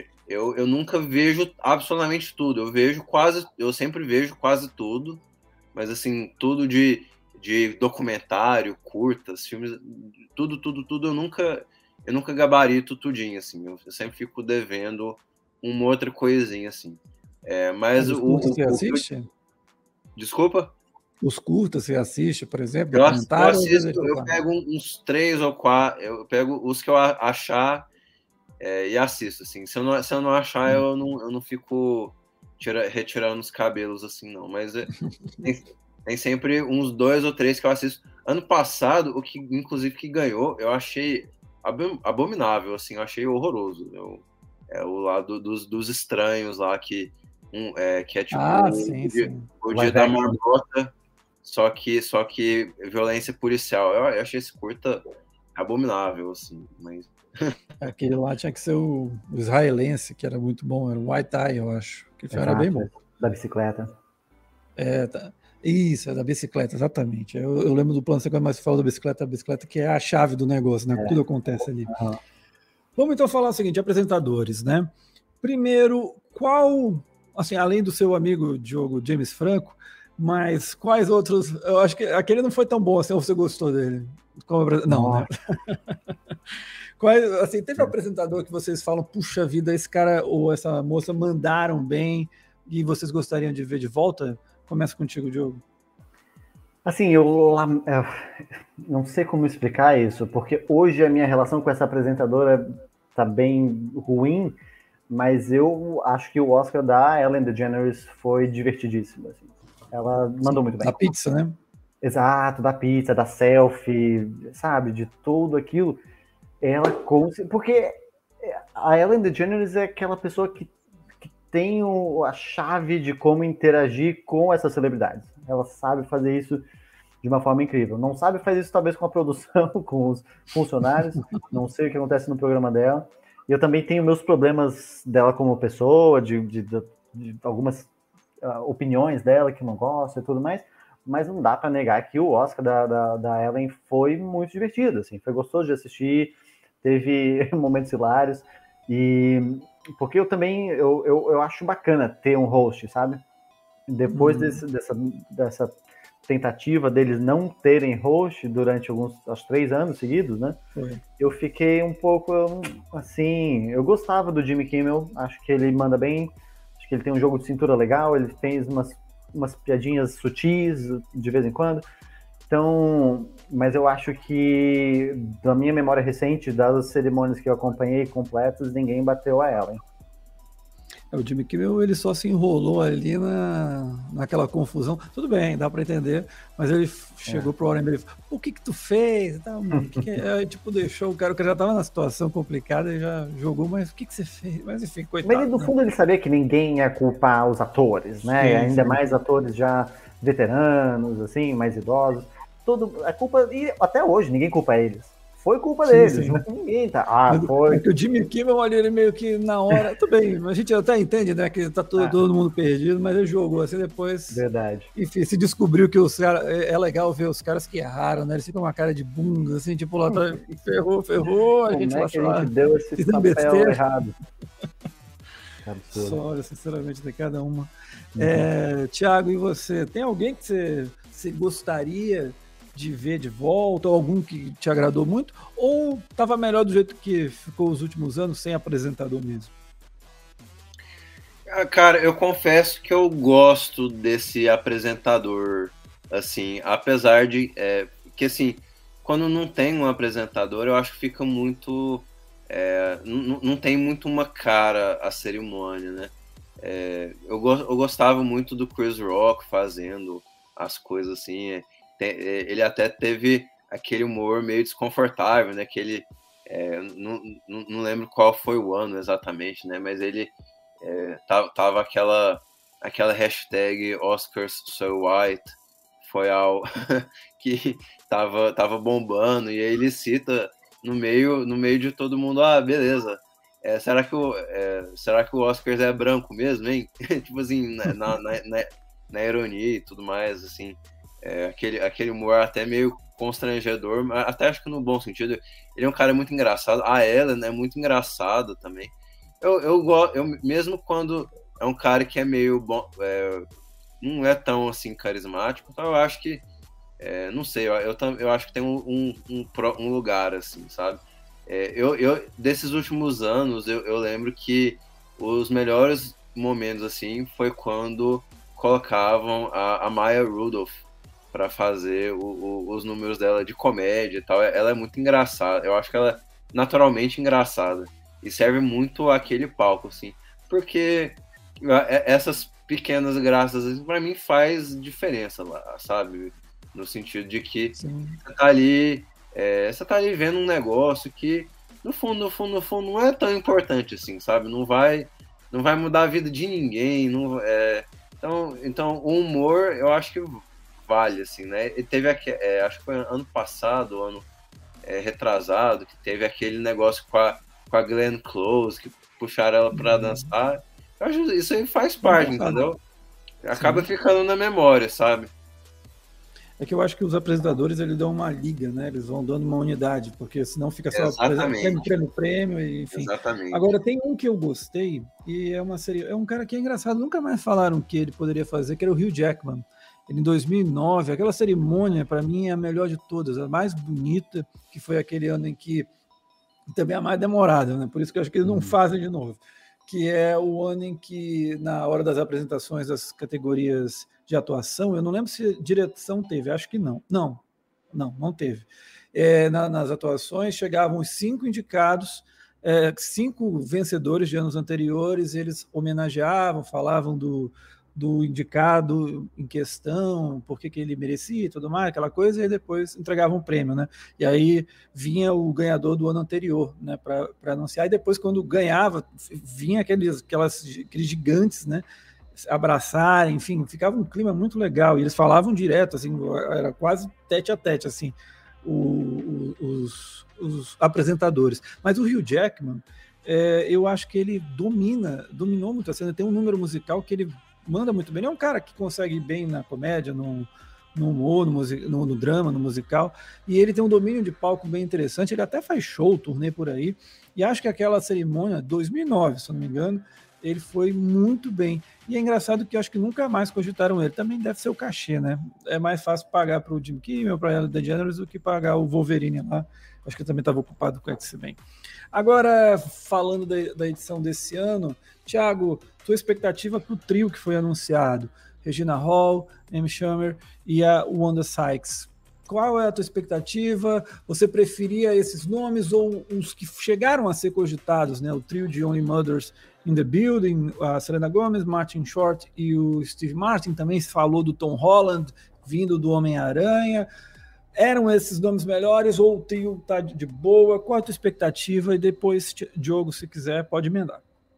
nunca vejo absolutamente tudo. Eu sempre vejo quase tudo. mas assim, tudo de documentário, curtas, filmes, tudo eu nunca gabarito tudinho, assim, eu sempre fico devendo uma outra coisinha, assim. Mas Os curtas você assiste? Desculpa? Os curtas você assiste, por exemplo, Eu documentário? assisto, eu pego uns 3 ou 4, eu pego os que eu achar e assisto, assim. Se eu não achar, eu não fico retirando os cabelos, assim, não. Mas tem sempre uns 2 ou 3 que eu assisto. Ano passado, o que, inclusive, que ganhou, eu achei abominável, assim, eu achei horroroso. O lado dos estranhos lá, que é tipo sim. o dia da marmota, só que violência policial. Eu achei esse curta abominável, assim, mas... Aquele lá tinha que ser o israelense, que era muito bom, era o White Tie, eu acho, que era bem bom. Da bicicleta. Isso, é da bicicleta, exatamente. Eu lembro do plano sequência, mas você falou da bicicleta, a bicicleta que é a chave do negócio, né? Tudo acontece ali. Uhum. Vamos então falar o seguinte, apresentadores, né? Primeiro, qual, assim, além do seu amigo Diogo James Franco, mas quais outros? Eu acho que aquele não foi tão bom assim, ou você gostou dele? Não, né? Quais, assim, teve um apresentador que vocês falam, puxa vida, esse cara ou essa moça mandaram bem e vocês gostariam de ver de volta? Começa contigo, Diogo. Assim, eu não sei como explicar isso, porque hoje a minha relação com essa apresentadora tá bem ruim, mas eu acho que o Oscar da Ellen DeGeneres foi divertidíssimo. Assim. Ela mandou muito bem. Da pizza, né? Exato, da pizza, da selfie, sabe, de tudo aquilo. Porque a Ellen DeGeneres é aquela pessoa que tem a chave de como interagir com essas celebridades. Ela sabe fazer isso de uma forma incrível. Não sabe fazer isso talvez com a produção, com os funcionários, não sei o que acontece no programa dela. E eu também tenho meus problemas dela como pessoa, de algumas opiniões dela que não gosto e tudo mais, mas não dá para negar que o Oscar da Ellen foi muito divertido, assim, foi gostoso de assistir, teve momentos hilários, e porque eu também eu acho bacana ter um host, sabe? Depois dessa tentativa deles não terem host durante aos 3 anos seguidos, né? Eu fiquei um pouco assim, eu gostava do Jimmy Kimmel, acho que ele manda bem, acho que ele tem um jogo de cintura legal, ele fez umas piadinhas sutis de vez em quando. Então, mas eu acho que da minha memória recente, das cerimônias que eu acompanhei completas, ninguém bateu a Ellen. O Jimmy Kimmel, ele só se enrolou ali naquela confusão. Tudo bem, dá para entender, mas ele chegou pro Warren Beatty e falou, o que tu fez? Tipo, deixou o cara que já tava na situação complicada e já jogou, mas o que você fez? Mas enfim, coitado. Mas no fundo ele sabia que ninguém ia culpar os atores, né? Sim, ainda mais atores já veteranos, assim, mais idosos. A culpa, e até hoje, ninguém culpa eles. Foi culpa deles, mas ninguém tá. Foi. É que o Jimmy Kimmel, olha, ele meio que na hora. Tudo bem, a gente até entende, né? Que tá todo mundo perdido, mas ele jogou assim depois. Verdade. Enfim, se descobriu que os caras. É legal ver os caras que erraram, né? Eles ficam com uma cara de bunda, assim, tipo, lá atrás, ferrou, a gente lá que a gente deu esse papel errado. Só, olha, sinceramente, de cada uma. Thiago, e você? Tem alguém que você gostaria de ver de volta, ou algum que te agradou muito, ou estava melhor do jeito que ficou os últimos anos, sem apresentador mesmo? Cara, eu confesso que eu gosto desse apresentador, assim, apesar de que, assim, quando não tem um apresentador, eu acho que fica muito... não tem muito uma cara a cerimônia, né? Eu gostava muito do Chris Rock fazendo as coisas assim. Ele até teve aquele humor meio desconfortável, né? Que ele não lembro qual foi o ano exatamente, né? Mas ele tava aquela hashtag Oscars So White, foi algo que tava bombando, e aí ele cita no meio de todo mundo, beleza. Será que o Oscars é branco mesmo, hein? Tipo assim, na ironia e tudo mais, assim. Aquele humor até meio constrangedor, mas até acho que no bom sentido. Ele é um cara muito engraçado. A Ellen é muito engraçada também. Eu mesmo quando é um cara que é meio não é tão assim carismático, então eu acho que não sei, eu acho que tem um lugar, assim, sabe? Desses últimos anos, eu lembro que os melhores momentos, assim, foi quando colocavam a Maya Rudolph para fazer os números dela de comédia e tal. Ela é muito engraçada, eu acho que ela é naturalmente engraçada e serve muito aquele palco, assim, porque essas pequenas graças, para mim, faz diferença lá, sabe? No sentido de que você tá ali vendo um negócio que, no fundo, não é tão importante assim, sabe? Não vai mudar a vida de ninguém. Então, o humor, eu acho que vale, assim, né? E teve, acho que foi ano passado, ano retrasado, que teve aquele negócio com a Glenn Close, que puxaram ela pra dançar. Eu acho que isso aí faz parte, entendeu? Acaba ficando na memória, sabe? É que eu acho que os apresentadores eles dão uma liga, né? Eles vão dando uma unidade, porque senão fica só prêmio, enfim. Exatamente. Agora tem um que eu gostei e é uma série, é um cara que é engraçado. Nunca mais falaram que ele poderia fazer, que era o Hugh Jackman. Ele, em 2009, aquela cerimônia para mim é a melhor de todas, a mais bonita, que foi aquele ano em que também é a mais demorada, né? Por isso que eu acho que eles não fazem de novo. Que é o ano em que, na hora das apresentações das categorias de atuação, eu não lembro se direção teve, acho que não. Não teve. Nas atuações, chegavam os 5 indicados, 5 vencedores de anos anteriores, eles homenageavam, falavam do indicado em questão, por que ele merecia e tudo mais, aquela coisa, e depois entregavam um prêmio, né? E aí vinha o ganhador do ano anterior, né, para anunciar, e depois, quando ganhava, vinha aqueles gigantes, né, abraçarem, enfim, ficava um clima muito legal, e eles falavam direto, assim, era quase tete a tete, assim, os apresentadores. Mas o Hugh Jackman, eu acho que ele dominou muito a cena, tem um número musical que ele manda muito bem. Ele é um cara que consegue ir bem na comédia, no humor, no drama, no musical, e ele tem um domínio de palco bem interessante. Ele até faz show, turnê por aí, e acho que aquela cerimônia, 2009, se eu não me engano, ele foi muito bem. E é engraçado que eu acho que nunca mais cogitaram ele. Também deve ser o cachê, né? É mais fácil pagar para o Jim Kimmel, para Ellen DeGeneres, do que pagar o Wolverine lá. Acho que eu também estava ocupado com o X-Men. Agora, falando da edição desse ano, Thiago, tua expectativa para o trio que foi anunciado? Regina Hall, Amy Schumer e a Wanda Sykes. Qual é a tua expectativa? Você preferia esses nomes ou os que chegaram a ser cogitados, né? O trio de Only Mothers in the Building, a Selena Gomez, Martin Short e o Steve Martin. Também se falou do Tom Holland, vindo do Homem-Aranha. Eram esses nomes melhores ou o trio está de boa? Qual a tua expectativa? E depois, Diogo, se quiser, pode emendar.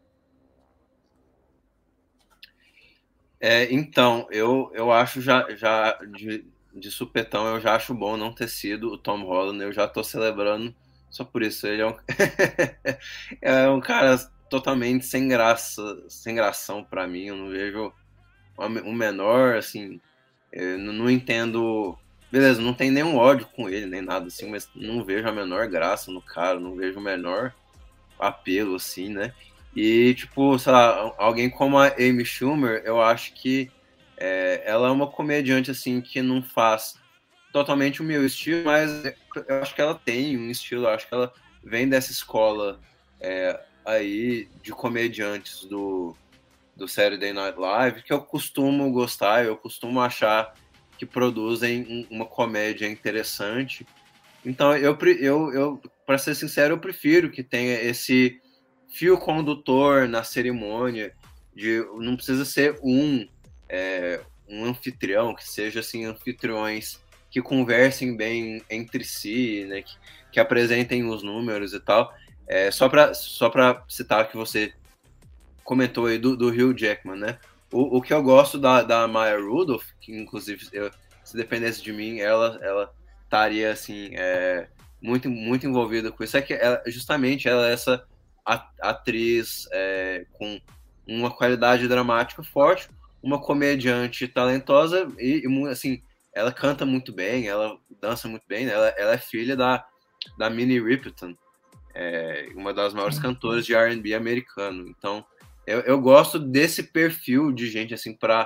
Então, eu acho já de supetão, eu já acho bom não ter sido o Tom Holland. Eu já tô celebrando só por isso. Ele é um cara totalmente sem gração para mim. Eu não vejo um menor, assim, eu não entendo. Beleza, não tem nenhum ódio com ele, nem nada assim, mas não vejo a menor graça no cara, não vejo o menor apelo, assim, né? E, tipo, sei lá, alguém como a Amy Schumer, eu acho que ela é uma comediante, assim, que não faz totalmente o meu estilo, mas eu acho que ela tem um estilo, eu acho que ela vem dessa escola aí de comediantes do Saturday Night Live, que eu costumo gostar, eu costumo achar que produzem uma comédia interessante. Então, eu para ser sincero, eu prefiro que tenha esse fio condutor na cerimônia, não precisa ser um anfitrião, que seja assim, anfitriões que conversem bem entre si, né, que apresentem os números e tal. Só para citar que você comentou aí do Hugh Jackman, né? O que eu gosto da Maya Rudolph, que inclusive se dependesse de mim, ela estaria assim muito, muito envolvida com isso, é que ela é essa atriz com uma qualidade dramática forte, uma comediante talentosa e assim, ela canta muito bem, ela dança muito bem, né? Ela é filha da Minnie Riperton, uma das maiores cantoras de R&B americano. Então, eu gosto desse perfil de gente assim para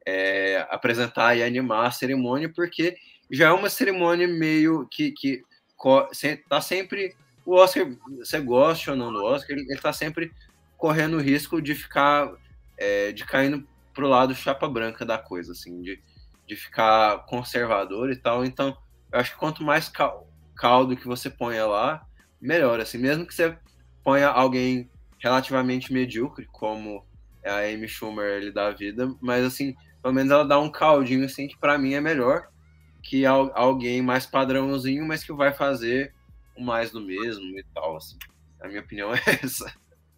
apresentar e animar a cerimônia, porque já é uma cerimônia meio que tá sempre... O Oscar, você gosta ou não do Oscar, ele tá sempre correndo o risco de ficar... de caindo pro lado chapa branca da coisa, assim, de ficar conservador e tal. Então, eu acho que quanto mais caldo que você ponha lá, melhor, assim, mesmo que você ponha alguém relativamente medíocre, como a Amy Schumer ali da vida, mas, assim, pelo menos ela dá um caldinho, assim, que pra mim é melhor que alguém mais padrãozinho, mas que vai fazer o mais do mesmo e tal, assim. A minha opinião é essa.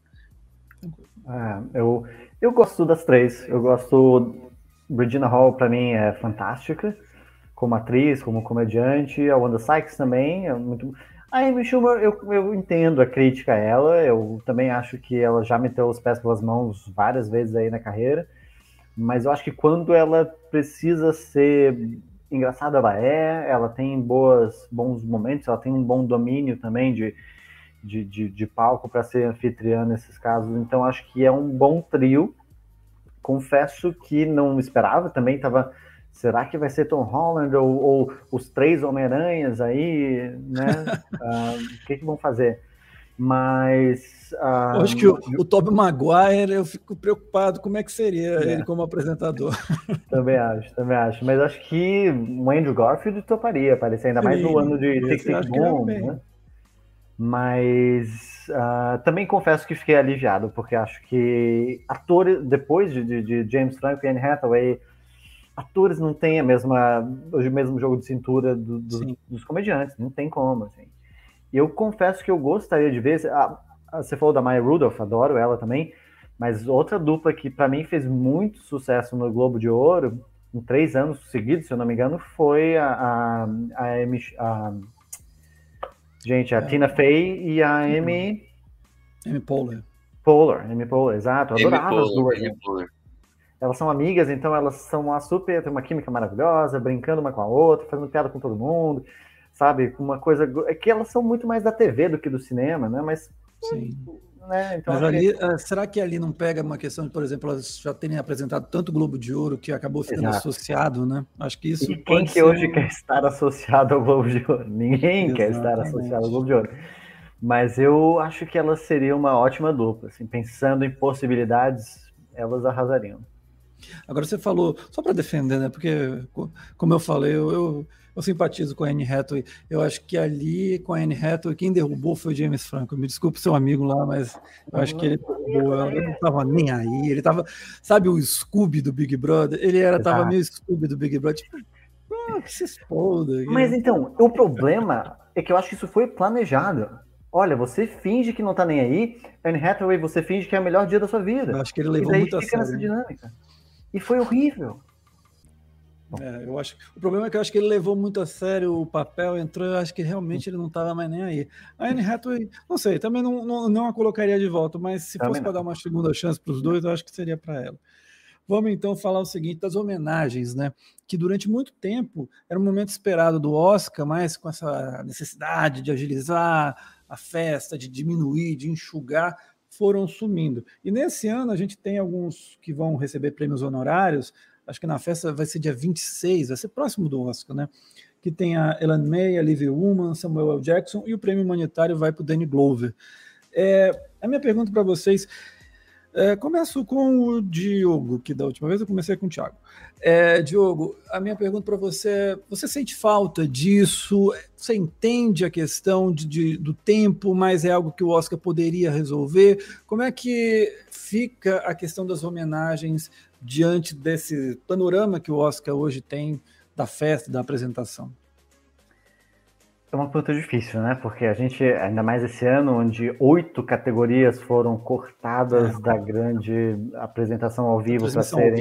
Eu gosto das três. Eu gosto... Regina Hall, pra mim, é fantástica. Como atriz, como comediante. A Wanda Sykes também é muito... A Amy Schumer, eu entendo a crítica a ela. Eu também acho que ela já meteu os pés pelas mãos várias vezes aí na carreira. Mas eu acho que quando ela precisa ser engraçada, ela tem bons momentos, ela tem um bom domínio também de palco para ser anfitriã nesses casos. Então acho que é um bom trio. Confesso que não esperava, também estava... Será que vai ser Tom Holland ou os três Homem-Aranhas aí, né? O que vão fazer? Mas... Eu acho que o Tobey Maguire, eu fico preocupado como é que seria ele como apresentador. Também acho. Mas acho que o Andrew Garfield toparia aparecer, ainda mais no ano de Tic Tic Boom, né? Mas também confesso que fiquei aliviado, porque acho que atores, depois de James Franco e Anne Hathaway, atores não têm o mesmo jogo de cintura dos comediantes, não tem como, assim. E eu confesso que eu gostaria de ver... Você falou da Maya Rudolph, adoro ela também, mas outra dupla que para mim fez muito sucesso no Globo de Ouro, em 3 anos seguidos, se eu não me engano, foi a Tina Fey e a Amy Poehler. Amy Poehler, exato. Eu adorava as duas. Elas são amigas, então elas são tem uma química maravilhosa, brincando uma com a outra, fazendo piada com todo mundo, sabe? Uma coisa... É que elas são muito mais da TV do que do cinema, né? Mas... Sim. Né? Então, mas ali, será que ali não pega uma questão de, por exemplo, elas já terem apresentado tanto Globo de Ouro que acabou ficando associado, né? Acho que isso quem que hoje quer estar associado ao Globo de Ouro? Ninguém quer estar associado ao Globo de Ouro. Mas eu acho que elas seriam uma ótima dupla. Assim, pensando em possibilidades, elas arrasariam. Agora você falou, só para defender, né? Porque, como eu falei, eu simpatizo com a Anne Hathaway. Eu acho que ali, com a Anne Hathaway, quem derrubou foi o James Franco. Me desculpe seu amigo lá, mas eu acho que ele derrubou ela. Ele não estava nem aí. Ele estava, sabe o Scooby do Big Brother? Ele estava meio Scooby do Big Brother. Tipo, que se exploda. Mas então, o problema é que eu acho que isso foi planejado. Olha, você finge que não tá nem aí, Anne Hathaway, você finge que é o melhor dia da sua vida. Eu acho que ele levou muito a sério. Nessa dinâmica. E foi horrível. Eu acho. O problema é que eu acho que ele levou muito a sério o papel, entrou, eu acho que realmente ele não estava mais nem aí. A Anne Hathaway, não sei, também não a colocaria de volta, mas se fosse para dar uma segunda chance para os dois, eu acho que seria para ela. Vamos então falar o seguinte das homenagens, né? Que durante muito tempo era um momento esperado do Oscar, mas com essa necessidade de agilizar a festa, de diminuir, de enxugar, foram sumindo. E nesse ano a gente tem alguns que vão receber prêmios honorários. Acho que na festa vai ser dia 26, vai ser próximo do Oscar, né? Que tem a Ellen May, a Olivia Colman, Samuel L. Jackson e o prêmio humanitário vai para o Danny Glover. A minha pergunta para vocês, começo com o Diogo, que da última vez eu comecei com o Thiago. Diogo, a minha pergunta para você sente falta disso? Você entende a questão do tempo, mas é algo que o Oscar poderia resolver? Como é que fica a questão das homenagens diante desse panorama que o Oscar hoje tem da festa, da apresentação? É uma pergunta difícil, né? Porque a gente, ainda mais esse ano, onde 8 categorias foram cortadas da grande apresentação ao vivo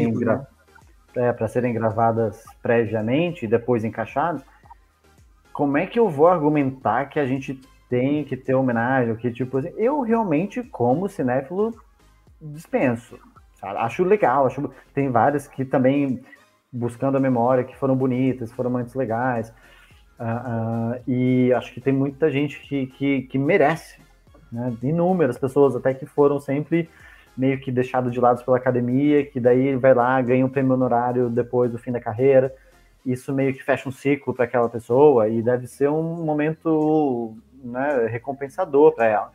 para serem gravadas previamente e depois encaixadas, como é que eu vou argumentar que a gente tem que ter homenagem? Que, tipo, eu realmente, como cinéfilo, dispenso. Sabe? Acho legal, tem várias que também, buscando a memória, que foram bonitas, foram momentos legais. E acho que tem muita gente que merece, né? Inúmeras pessoas até que foram sempre meio que deixado de lado pela academia, que daí vai lá, ganha um prêmio honorário depois do fim da carreira. Isso meio que fecha um ciclo para aquela pessoa e deve ser um momento, né, recompensador para ela.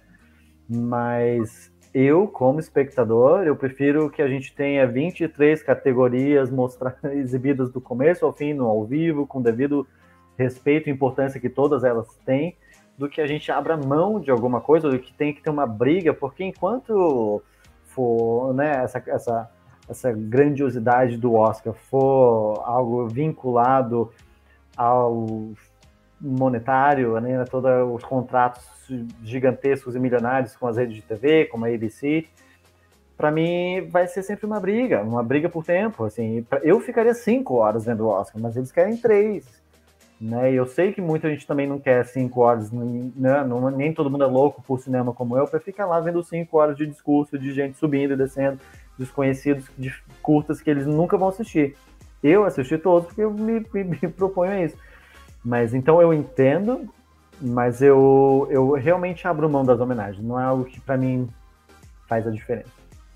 Mas eu, como espectador, eu prefiro que a gente tenha 23 categorias exibidas do começo ao fim, no ao vivo, com devido respeito e importância que todas elas têm, do que a gente abra mão de alguma coisa, do que tem que ter uma briga, porque enquanto for, né, essa grandiosidade do Oscar for algo vinculado ao monetário, né, todos os contratos gigantescos e milionários com as redes de TV, como a ABC, para mim vai ser sempre uma briga por tempo. Assim, eu ficaria 5 horas vendo o Oscar, mas eles querem 3. Né? Eu sei que muita gente também não quer 5 horas, né? Nem todo mundo é louco por cinema como eu, para ficar lá vendo 5 horas de discurso de gente subindo e descendo, desconhecidos, de curtas que eles nunca vão assistir. Eu assisti todos porque eu me proponho a isso. Mas então eu entendo, mas eu realmente abro mão das homenagens. Não é algo que para mim faz a diferença.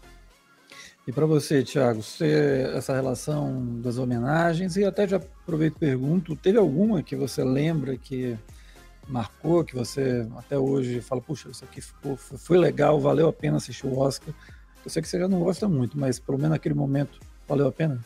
E para você, Thiago, essa relação das homenagens, e até já aproveito e pergunto, teve alguma que você lembra que marcou, que você até hoje fala, puxa, isso aqui foi legal, valeu a pena assistir o Oscar? Eu sei que você já não gosta muito, mas pelo menos naquele momento valeu a pena?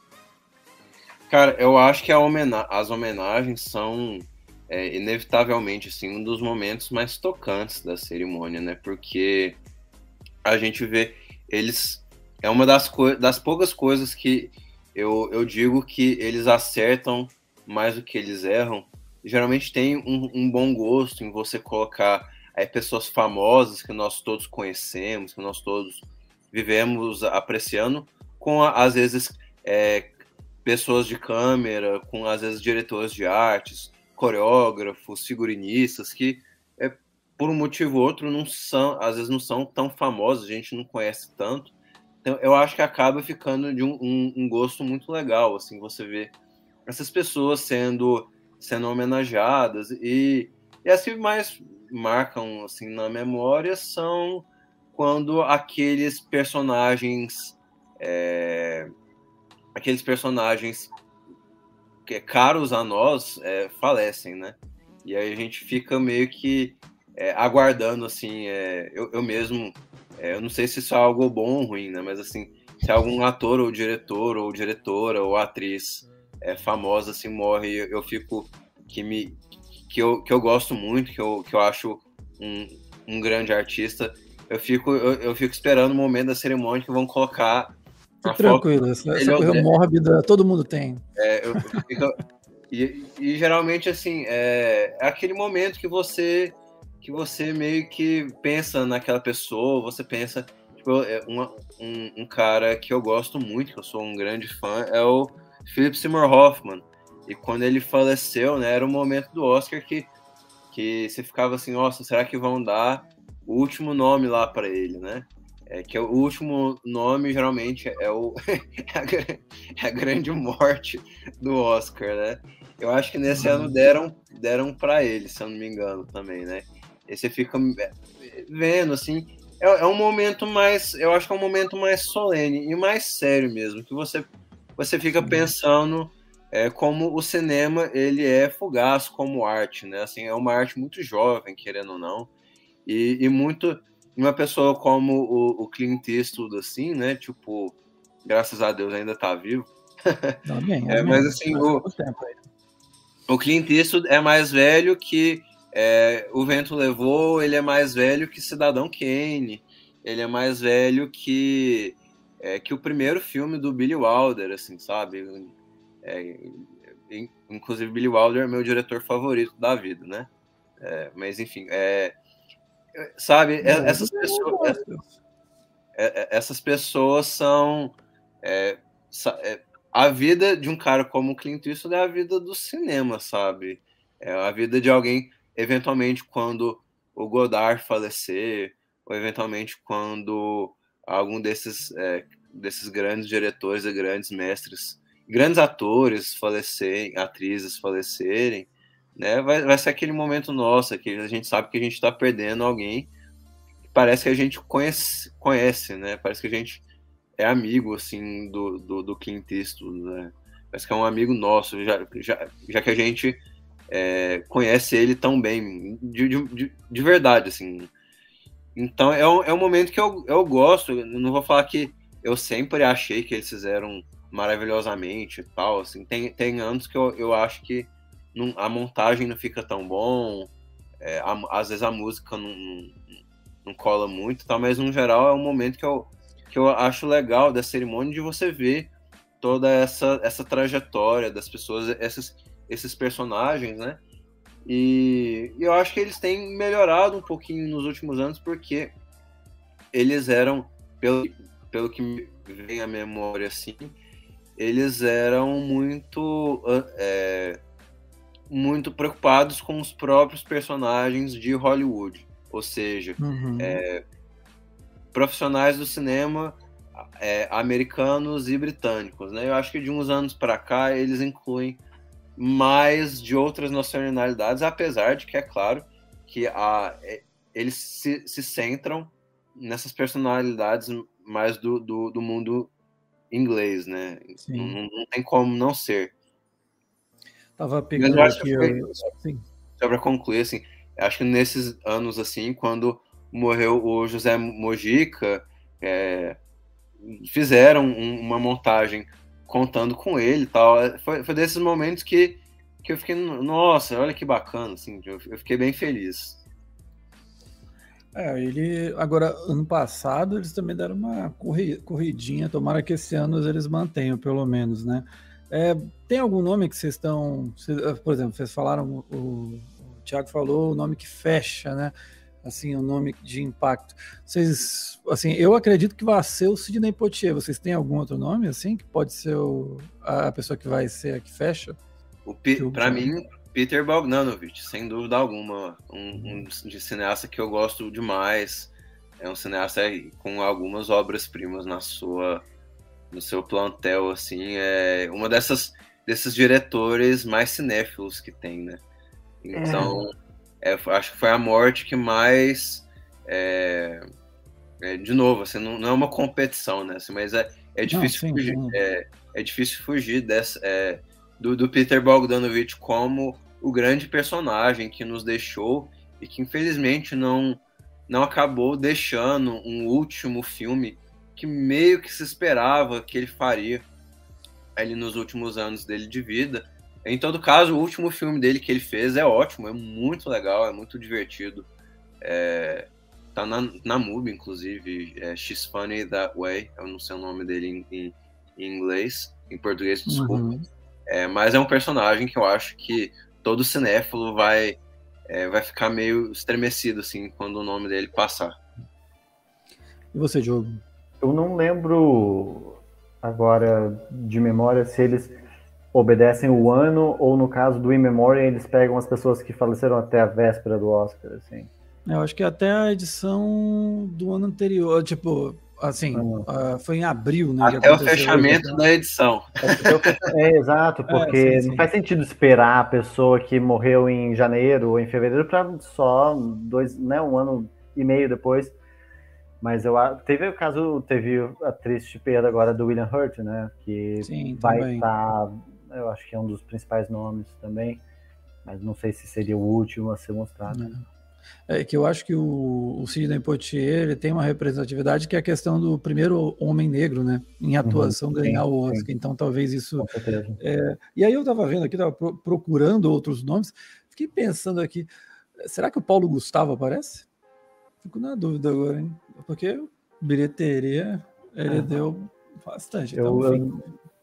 Cara, eu acho que as homenagens são inevitavelmente assim, um dos momentos mais tocantes da cerimônia, né? Porque a gente vê eles... É uma das poucas coisas que eu digo que eles acertam mais do que eles erram. Geralmente tem um bom gosto em você colocar pessoas famosas que nós todos conhecemos, que nós todos vivemos apreciando, com às vezes pessoas de câmera, com às vezes diretores de artes, coreógrafos, figurinistas, que por um motivo ou outro às vezes não são tão famosos, a gente não conhece tanto. Então, eu acho que acaba ficando de um gosto muito legal, assim, você vê essas pessoas sendo homenageadas e as que mais marcam, assim, na memória são quando aqueles personagens caros a nós falecem, né? E aí a gente fica meio que aguardando, assim, eu mesmo... eu não sei se isso é algo bom ou ruim, né? Mas assim, se algum ator ou diretor ou diretora ou atriz famosa assim morre, eu fico que eu gosto muito, que eu acho um grande artista, eu fico esperando o momento da cerimônia que vão colocar a tranquilo, essa coisa mórbida todo mundo tem. E geralmente assim é aquele momento que você meio que pensa naquela pessoa, você pensa... Tipo, um cara que eu gosto muito, que eu sou um grande fã, é o Philip Seymour Hoffman. E quando ele faleceu, né, era o momento do Oscar que você ficava assim, nossa, será que vão dar o último nome lá para ele, né? Que o último nome, geralmente, é a grande morte do Oscar, né? Eu acho que nesse ano deram para ele, se eu não me engano, também, né? E você fica vendo, assim, é um momento mais, eu acho que é um momento mais solene e mais sério mesmo, que você fica pensando como o cinema, ele é fugaz como arte, né? Assim, é uma arte muito jovem, querendo ou não, e muito... Uma pessoa como o Clint Eastwood, assim, né? Tipo, graças a Deus ainda tá vivo. Amém, mas assim, o Clint Eastwood é mais velho que O Vento Levou, ele é mais velho que Cidadão Kane, ele é mais velho que o primeiro filme do Billy Wilder, assim, sabe? Inclusive, Billy Wilder é meu diretor favorito da vida, né? Mas, enfim, sabe, essas pessoas são... a vida de um cara como o Clint Eastwood é a vida do cinema, sabe? É a vida de alguém, eventualmente, quando o Godard falecer, ou eventualmente quando algum desses grandes diretores e grandes mestres, grandes atores falecerem, atrizes falecerem, né? Vai ser aquele momento nosso, que a gente sabe que a gente está perdendo alguém parece que a gente conhece, né? Parece que a gente é amigo, assim, do Clint Eastwood, né? Parece que é um amigo nosso, já que a gente conhece ele tão bem, de verdade, assim. Então é um momento que eu gosto. Eu não vou falar que eu sempre achei que eles fizeram maravilhosamente e tal, assim. Tem anos que eu acho que a montagem não fica tão bom, às vezes a música não cola muito, tal, mas no geral é um momento que eu acho legal da cerimônia, de você ver toda essa trajetória das pessoas, esses personagens, né? E eu acho que eles têm melhorado um pouquinho nos últimos anos, porque eles eram, pelo que me vem à memória, assim, eles eram muito preocupados com os próprios personagens de Hollywood, ou seja, profissionais do cinema americanos e britânicos, né? Eu acho que de uns anos para cá eles incluem mais de outras nacionalidades, apesar de que é claro que eles se centram nessas personalidades mais do mundo inglês, né? Não tem como não ser. Tava pegando aqui... Só para concluir, assim, acho que nesses anos, assim, quando morreu o José Mojica, fizeram uma montagem contando com ele e tal. Foi desses momentos que eu fiquei, nossa, olha que bacana, assim, eu fiquei bem feliz. Agora, ano passado, eles também deram uma corridinha, tomara que esse ano eles mantenham, pelo menos, né? Tem algum nome que vocês estão... Por exemplo, vocês falaram, o Thiago falou o nome que fecha, né? Assim, o nome de impacto. Vocês, assim, eu acredito que vai ser o Sidney Poitier. Vocês têm algum outro nome, assim, que pode ser a pessoa que vai ser a que fecha? Para mim, Peter Bogdanovich, sem dúvida alguma, um de cineasta que eu gosto demais. É um cineasta com algumas obras-primas no seu plantel, assim, é uma desses diretores mais cinéfilos que tem, né? Então, acho que foi a morte que mais, de novo, assim, não é uma competição, né? Assim, mas é difícil fugir. É difícil fugir do Peter Bogdanovich como o grande personagem que nos deixou e que infelizmente não acabou deixando um último filme que meio que se esperava que ele faria ali nos últimos anos dele de vida. Em todo caso, o último filme dele que ele fez é ótimo, é muito legal, é muito divertido. Tá na MUBI, inclusive, She's Funny That Way, eu não sei o nome dele em inglês, em português, desculpa. Mas é um personagem que eu acho que todo cinéfilo vai ficar meio estremecido, assim, quando o nome dele passar. E você, Diogo? Eu não lembro agora de memória se eles obedecem o ano ou, no caso do In Memoriam, eles pegam as pessoas que faleceram até a véspera do Oscar, assim. Eu acho que até a edição do ano anterior, tipo, assim, foi em abril, né? Até o fechamento da edição. Exato, porque não faz sentido esperar a pessoa que morreu em janeiro ou em fevereiro para só um ano e meio depois. Mas teve a triste perda agora do William Hurt, né? Que vai estar, eu acho que é um dos principais nomes também, mas não sei se seria o último a ser mostrado. É que eu acho que o Sidney Poitier, ele tem uma representatividade que é a questão do primeiro homem negro, né? Em atuação ganhar o Oscar. Sim. Então talvez isso... Com certeza. E aí eu estava vendo aqui, estava procurando outros nomes, fiquei pensando aqui, será que o Paulo Gustavo aparece? Fico na dúvida agora, hein? Porque bilheteria ele deu bastante. Então, enfim.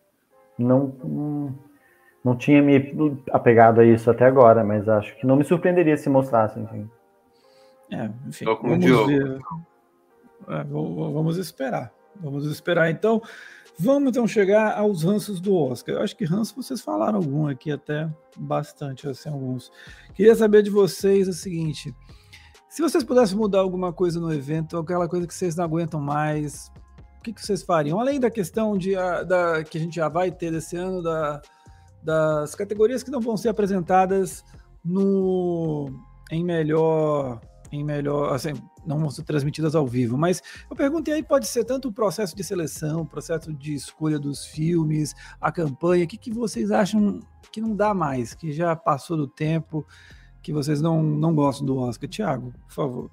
Não tinha me apegado a isso até agora, mas acho que não me surpreenderia se mostrasse, enfim. Enfim, vamos ver. Vamos esperar. Vamos esperar. Então, vamos chegar aos ranços do Oscar. Eu acho que ranço vocês falaram algum aqui até bastante, assim, alguns. Queria saber de vocês o seguinte: se vocês pudessem mudar alguma coisa no evento, aquela coisa que vocês não aguentam mais, o que vocês fariam? Além da questão que a gente já vai ter desse ano, das categorias que não vão ser apresentadas em melhor em melhor, assim, não vão ser transmitidas ao vivo, mas eu perguntei aí, pode ser tanto o processo de seleção, o processo de escolha dos filmes, a campanha, o que vocês acham que não dá mais, que já passou do tempo, que vocês não gostam do Oscar? Thiago, por favor.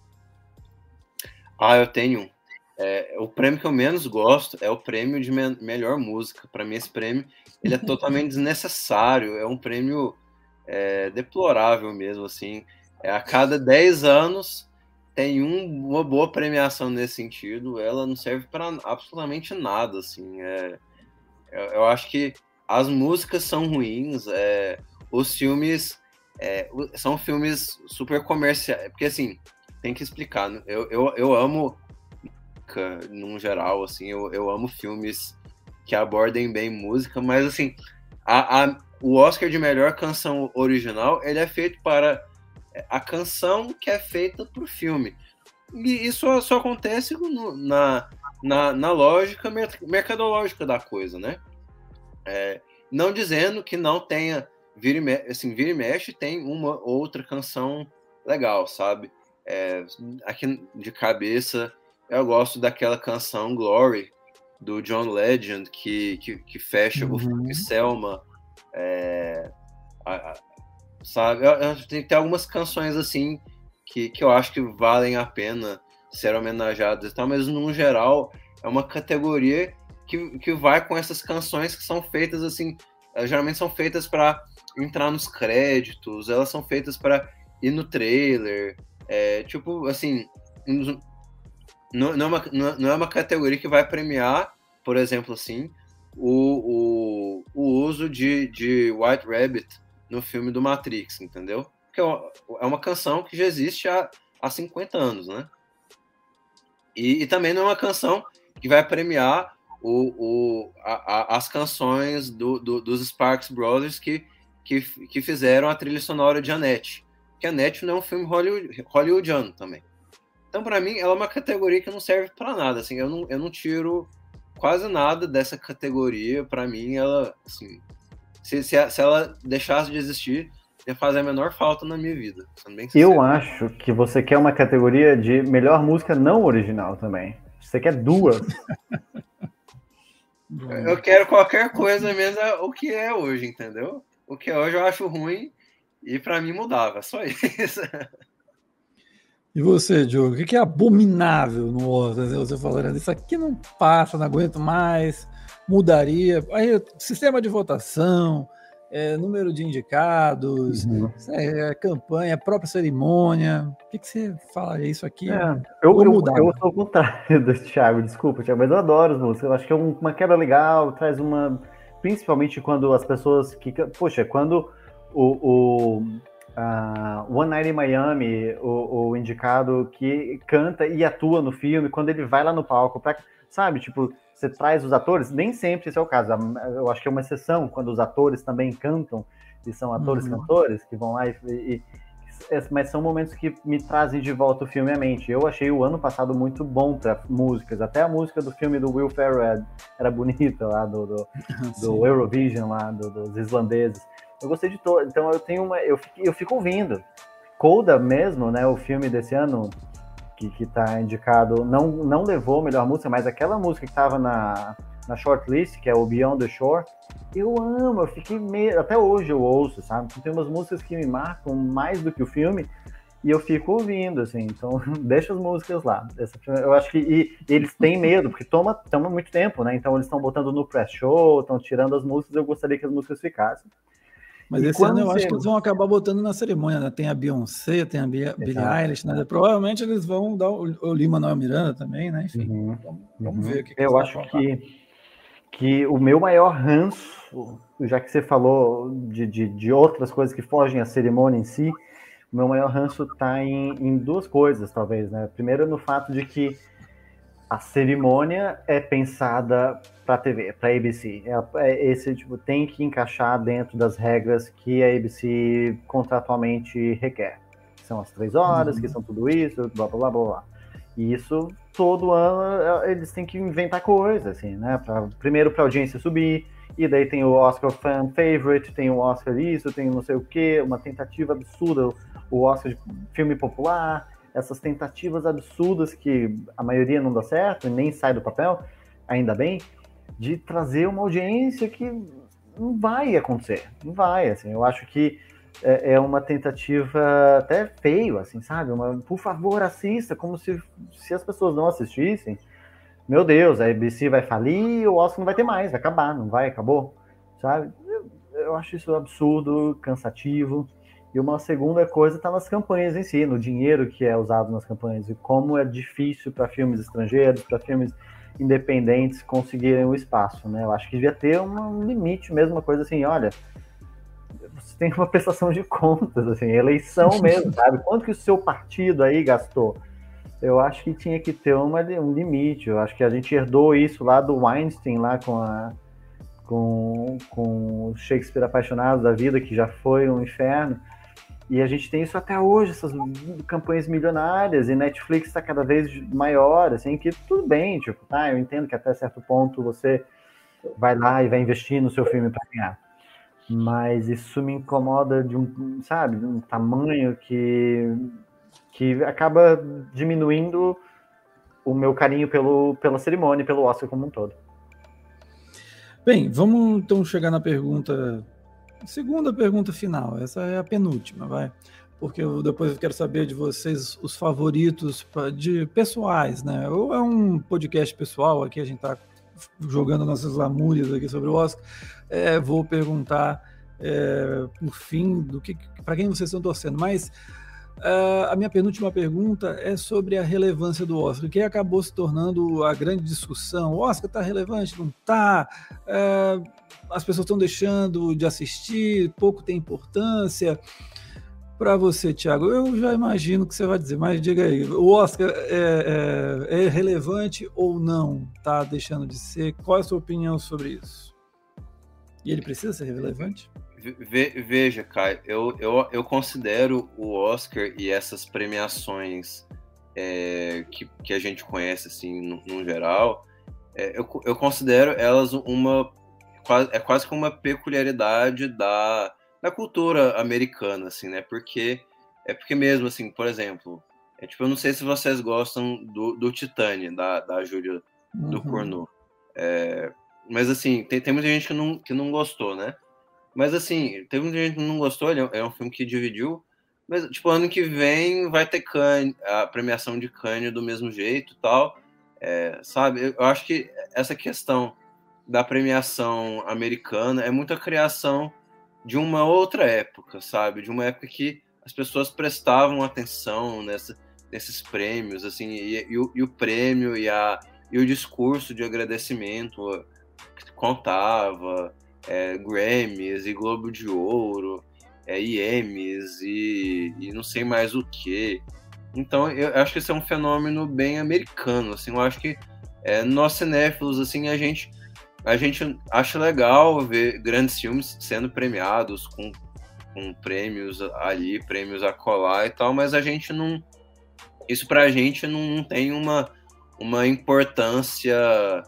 Eu tenho. O prêmio que eu menos gosto é o prêmio de melhor música. Para mim, esse prêmio ele é totalmente desnecessário. É um prêmio deplorável mesmo, assim. A cada 10 anos tem uma boa premiação nesse sentido. Ela não serve para absolutamente nada, assim. Eu acho que as músicas são ruins. Os filmes são filmes super comerciais. Porque, assim, tem que explicar. Eu amo, num geral, assim, eu amo filmes que abordem bem música, mas, assim, o Oscar de melhor canção original, ele é feito para a canção que é feita para o filme. E isso só acontece na lógica mercadológica da coisa, né? Não dizendo que não tenha, vira e mexe, tem uma outra canção legal, sabe? Aqui de cabeça, eu gosto daquela canção Glory, do John Legend, que fecha o filme Selma. Sabe? Tem algumas canções assim que eu acho que valem a pena ser homenageadas e tal, mas no geral é uma categoria que vai com essas canções que são feitas assim, geralmente são feitas para entrar nos créditos, elas são feitas para ir no trailer, tipo assim, não é uma categoria que vai premiar, por exemplo, assim, o uso de White Rabbit no filme do Matrix, entendeu? Porque é uma canção que já existe há 50 anos, né? E também não é uma canção que vai premiar as canções dos Sparks Brothers que fizeram a trilha sonora de Annette. Porque Annette não é um filme hollywoodiano também. Então, para mim, ela é uma categoria que não serve para nada. Assim, eu não tiro quase nada dessa categoria. Para mim, ela, assim, se ela deixasse de existir, ia fazer a menor falta na minha vida. Eu acho que você quer uma categoria de melhor música não original também. Você quer duas. Eu quero qualquer coisa menos o que é hoje, entendeu? O que é hoje eu acho ruim e para mim mudava, só isso. E você, Diogo, o que é abominável no Oscar? Você falando, isso aqui não passa, não aguento mais, mudaria. Aí, sistema de votação, número de indicados, campanha, própria cerimônia. O que você fala? Isso aqui? Eu sou o contrário do Thiago, desculpa, Thiago, mas eu adoro as músicas. Eu acho que é uma quebra legal, traz uma. Principalmente quando as pessoas que. Poxa, quando One Night in Miami, o indicado que canta e atua no filme, quando ele vai lá no palco, sabe, tipo, você traz os atores, nem sempre esse é o caso, eu acho que é uma exceção, quando os atores também cantam, e são atores-cantores, que vão lá mas são momentos que me trazem de volta o filme à mente. Eu achei o ano passado muito bom para músicas, até a música do filme do Will Ferrell era bonita, lá do Eurovision, lá dos islandeses. Eu gostei de todo, então eu fico ouvindo. Coda mesmo, né, o filme desse ano que tá indicado, não levou a melhor música, mas aquela música que tava na shortlist, que é o Beyond the Shore, eu amo, eu fiquei até hoje eu ouço, sabe? Tem umas músicas que me marcam mais do que o filme, e eu fico ouvindo, assim, então deixa as músicas lá. Eu acho que e eles têm medo, porque toma muito tempo, né? Então eles estão botando no press show, estão tirando as músicas, eu gostaria que as músicas ficassem. Mas esse ano eu acho que eles vão acabar botando na cerimônia, né? Tem a Beyoncé, tem a Billie Eilish, né? Provavelmente eles vão dar o Lin-Manuel Miranda também, né? Enfim, vamos ver o que eu acho que o meu maior ranço, já que você falou de outras coisas que fogem à cerimônia em si, o meu maior ranço está em duas coisas, talvez, né? Primeiro, no fato de que a cerimônia é pensada para TV, para a ABC. Esse tipo tem que encaixar dentro das regras que a ABC contratualmente requer. São as 3 horas, que são tudo isso, blá blá blá blá. E isso todo ano eles têm que inventar coisa, assim, né? Primeiro para a audiência subir, e daí tem o Oscar Fan Favorite, tem o Oscar isso, tem não sei o quê, uma tentativa absurda. o Oscar de filme popular, essas tentativas absurdas que a maioria não dá certo e nem sai do papel, ainda bem, de trazer uma audiência que não vai acontecer, não vai, assim, eu acho que é uma tentativa até feio, assim, sabe, por favor, assista, como se as pessoas não assistissem, meu Deus, a ABC vai falir e o Oscar não vai ter mais, vai acabar, não vai, acabou, sabe, eu acho isso absurdo, cansativo. E uma segunda coisa está nas campanhas em si, no dinheiro que é usado nas campanhas, e como é difícil para filmes estrangeiros, para filmes independentes conseguirem o espaço, né? Eu acho que devia ter um limite mesmo, uma coisa assim, olha, você tem uma prestação de contas, assim, eleição mesmo, sabe? Quanto que o seu partido aí gastou? Eu acho que tinha que ter um limite, eu acho que a gente herdou isso lá do Weinstein, lá com o Shakespeare Apaixonado da Vida, que já foi um inferno, e a gente tem isso até hoje, essas campanhas milionárias, e Netflix está cada vez maior, assim, que tudo bem, tipo, tá, eu entendo que até certo ponto você vai lá e vai investir no seu filme para ganhar, mas isso me incomoda de um tamanho que acaba diminuindo o meu carinho pela cerimônia e pelo Oscar como um todo. Bem, vamos então chegar na segunda pergunta final. Essa é a penúltima, vai. Porque depois eu quero saber de vocês os favoritos de pessoais, né? Ou é um podcast pessoal, aqui a gente tá jogando nossas lamúrias aqui sobre o Oscar. Vou perguntar, por fim, para quem vocês estão torcendo. Mas a minha penúltima pergunta é sobre a relevância do Oscar, que acabou se tornando a grande discussão. O Oscar está relevante? Não está? As pessoas estão deixando de assistir, pouco tem importância. Para você, Thiago, eu já imagino o que você vai dizer, mas diga aí, o Oscar é relevante ou não? Está deixando de ser? Qual é a sua opinião sobre isso? E ele precisa ser relevante? Veja, Caio, eu considero o Oscar e essas premiações que a gente conhece, assim, no geral, eu considero elas quase que uma peculiaridade da cultura americana, assim, né? Porque mesmo, assim, por exemplo, eu não sei se vocês gostam do Titane, da Júlia Ducournau, mas, assim, tem muita gente que não gostou, né? Mas, assim, teve muita gente que não gostou, é um filme que dividiu, mas, tipo, ano que vem vai ter a premiação de Cannes do mesmo jeito e tal, sabe? Eu acho que essa questão da premiação americana é muito a criação de uma outra época, sabe? De uma época que as pessoas prestavam atenção nesses prêmios, assim, e o prêmio e o discurso de agradecimento que contava, Grammys e Globo de Ouro, e Emmys e não sei mais o que. Então, eu acho que esse é um fenômeno bem americano, assim, eu acho que nós cinéfilos, assim, a gente acha legal ver grandes filmes sendo premiados com prêmios ali, prêmios acolá e tal, mas a gente não... Isso pra gente não tem uma importância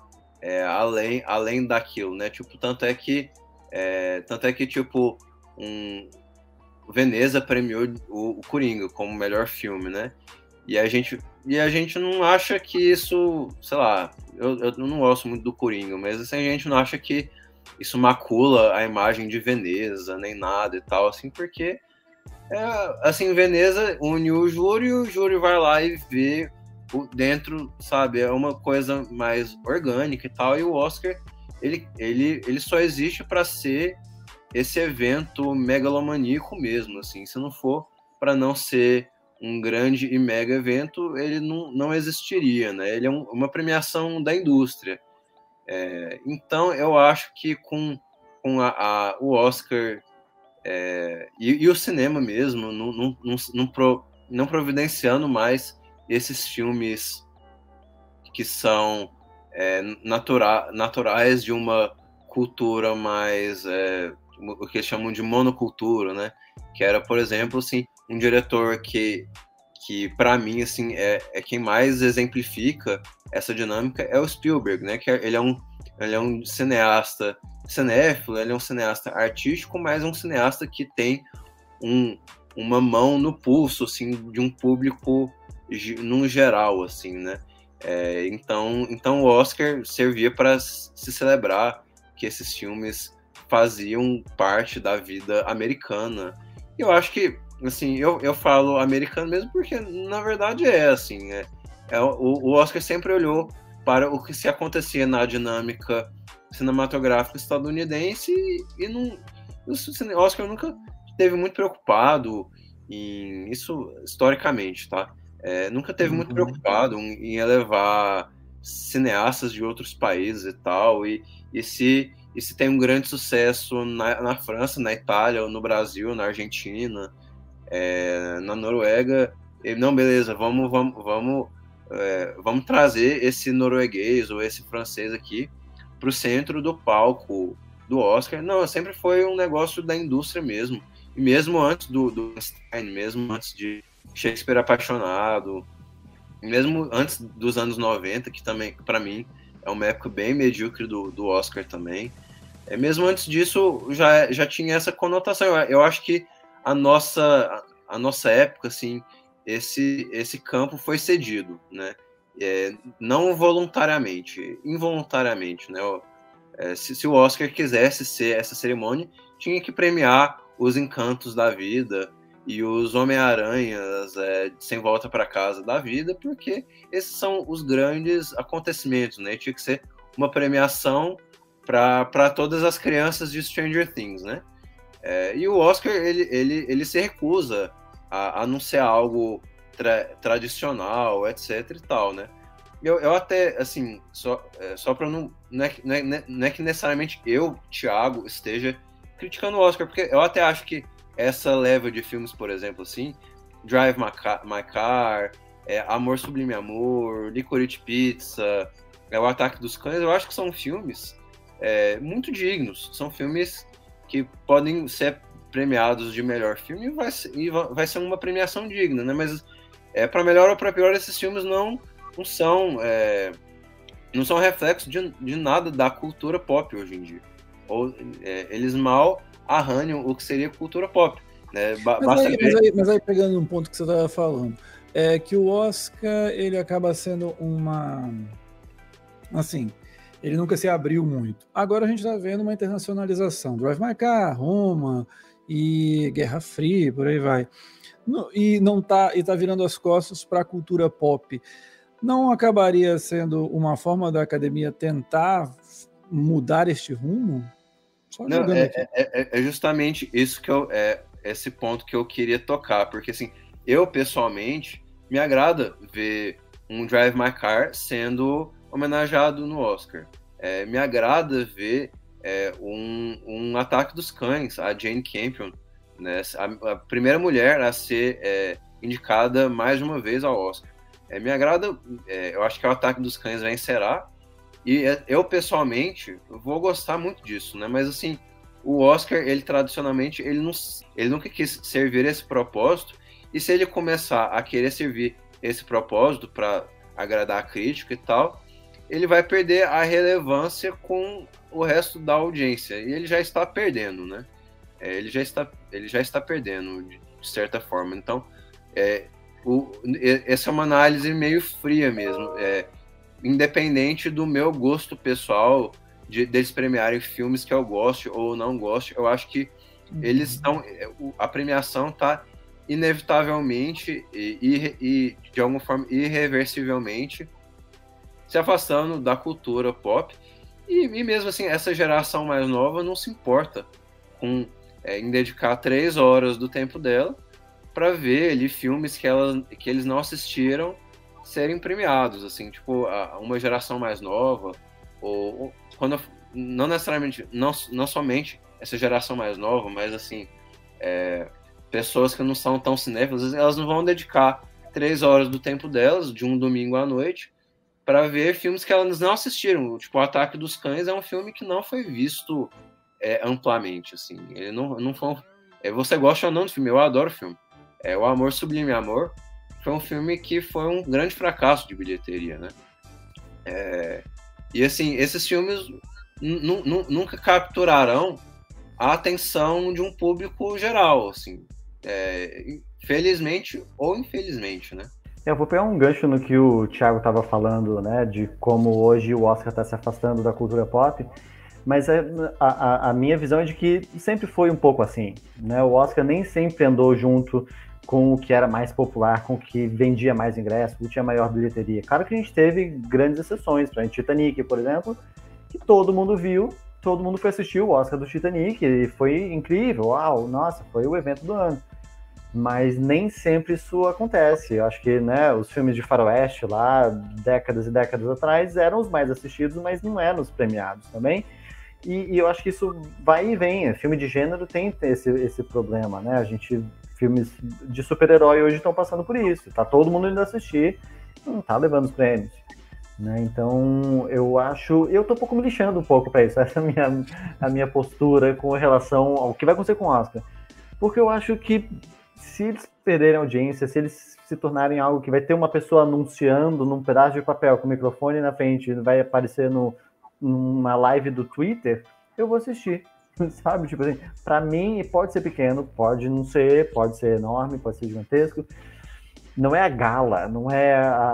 além daquilo, né? Tipo, tanto é que tipo, Veneza premiou o Coringa como melhor filme, né? E a gente não acha que isso, sei lá, eu não gosto muito do Coringa, mas assim, a gente não acha que isso macula a imagem de Veneza, nem nada e tal, assim, porque, assim, Veneza une o júri vai lá e vê dentro, sabe, é uma coisa mais orgânica e tal, e o Oscar, ele só existe para ser esse evento megalomaníaco mesmo, assim, se não for para não ser um grande e mega evento, ele não existiria, né? Ele é uma premiação da indústria. Então, eu acho que com o Oscar e o cinema mesmo, não providenciando mais esses filmes que são naturais de uma cultura mais... o que eles chamam de monocultura, né? Que era, por exemplo, assim, um diretor que para mim, assim, é quem mais exemplifica essa dinâmica é o Spielberg, né? Que ele é um cineasta cinéfilo, ele é um cineasta artístico, mas é um cineasta que tem um uma mão no pulso, assim, de um público num geral, assim, né? Então o Oscar servia para se celebrar que esses filmes faziam parte da vida americana. E eu acho que, assim, eu falo americano mesmo porque, na verdade, assim, o Oscar sempre olhou para o que se acontecia na dinâmica cinematográfica estadunidense e o Oscar nunca esteve muito preocupado em isso historicamente, tá? Nunca teve muito preocupado em elevar cineastas de outros países e tal, e se tem um grande sucesso na França, na Itália, ou no Brasil, na Argentina, na Noruega, não, beleza, vamos trazer esse norueguês ou esse francês aqui para o centro do palco do Oscar. Não, sempre foi um negócio da indústria mesmo, e mesmo antes do Einstein, mesmo antes de Shakespeare Apaixonado, mesmo antes dos anos 90, que também, para mim, é uma época bem medíocre do Oscar também. Mesmo antes disso, já tinha essa conotação. Eu acho que a nossa época, assim, esse campo foi cedido, né? Não voluntariamente, involuntariamente, né? Se o Oscar quisesse ser essa cerimônia, tinha que premiar os encantos da vida e os Homem-Aranhas sem volta para casa da vida, porque esses são os grandes acontecimentos, né? Tinha que ser uma premiação para todas as crianças de Stranger Things, né? E o Oscar, ele se recusa a anunciar algo tradicional, etc e tal, né? Eu até, assim, só para não é que necessariamente eu, Thiago, esteja criticando o Oscar, porque eu até acho que essa leva de filmes, por exemplo, assim, Drive My Car, Amor Sublime Amor, Licorice Pizza, O Ataque dos Cães, eu acho que são filmes muito dignos, são filmes que podem ser premiados de melhor filme e vai ser uma premiação digna, né? Mas para melhor ou para pior, esses filmes não são reflexos de nada da cultura pop hoje em dia. Ou eles mal arranham o que seria cultura pop, né? Mas aí pegando um ponto que você estava falando, que o Oscar ele acaba sendo assim, ele nunca se abriu muito. Agora a gente está vendo uma internacionalização. Drive My Car, Roma e Guerra Fria, por aí vai. E tá virando as costas para a cultura pop. Não acabaria sendo uma forma da academia tentar mudar este rumo? Não, é justamente isso que esse ponto que eu queria tocar, porque assim, eu pessoalmente me agrada ver um Drive My Car sendo homenageado no Oscar. Me agrada ver um Ataque dos Cães, a Jane Campion, né, a primeira mulher a ser indicada mais de uma vez ao Oscar. Me agrada, eu acho que o Ataque dos Cães vencerá, e eu pessoalmente vou gostar muito disso, né? Mas assim, o Oscar, ele tradicionalmente, ele nunca quis servir esse propósito, e se ele começar a querer servir esse propósito para agradar a crítica e tal, ele vai perder a relevância com o resto da audiência, e ele já está perdendo, né? Ele já está perdendo, de certa forma. Então, essa é uma análise meio fria mesmo, independente do meu gosto pessoal, deles premiarem filmes que eu goste ou não goste. Eu acho que eles estão, a premiação está inevitavelmente e de alguma forma irreversivelmente se afastando da cultura pop, e mesmo assim essa geração mais nova não se importa em dedicar 3 horas do tempo dela para ver ali filmes que eles não assistiram serem premiados, assim, tipo, uma geração mais nova, ou quando não necessariamente, não somente essa geração mais nova, mas assim, pessoas que não são tão cinéfilas, elas não vão dedicar 3 horas do tempo delas, de um domingo à noite, para ver filmes que elas não assistiram. Tipo, O Ataque dos Cães é um filme que não foi visto amplamente, assim. Ele não foi você gosta ou não do filme? Eu adoro o filme. O Amor Sublime Amor foi um filme que foi um grande fracasso de bilheteria, né? E assim, esses filmes nunca capturarão a atenção de um público geral, assim. felizmente ou infelizmente, né? Eu vou pegar um gancho no que o Thiago estava falando, né, de como hoje o Oscar está se afastando da cultura pop, mas a minha visão é de que sempre foi um pouco assim, né, o Oscar nem sempre andou junto com o que era mais popular, com o que vendia mais ingressos, o que tinha maior bilheteria. Claro que a gente teve grandes exceções, para Titanic, por exemplo, que todo mundo viu, todo mundo foi assistir o Oscar do Titanic, e foi incrível, uau, nossa, foi o evento do ano. Mas nem sempre isso acontece. Eu acho que, né, os filmes de faroeste lá, décadas e décadas atrás, eram os mais assistidos, mas não eram os premiados também. E eu acho que isso vai e vem. Filme de gênero tem esse problema, né? Filmes de super-herói hoje estão passando por isso. Tá todo mundo indo assistir, não tá levando os prêmios. Né? Então, eu tô um pouco me lixando um pouco para isso. Essa é a minha postura com relação ao que vai acontecer com o Oscar. Porque eu acho que se eles perderem audiência, se eles se tornarem algo que vai ter uma pessoa anunciando num pedaço de papel com o microfone na frente, vai aparecer numa live do Twitter, eu vou assistir, sabe? Tipo assim, pra mim pode ser pequeno, pode não ser, pode ser enorme, pode ser gigantesco. Não é a gala, não é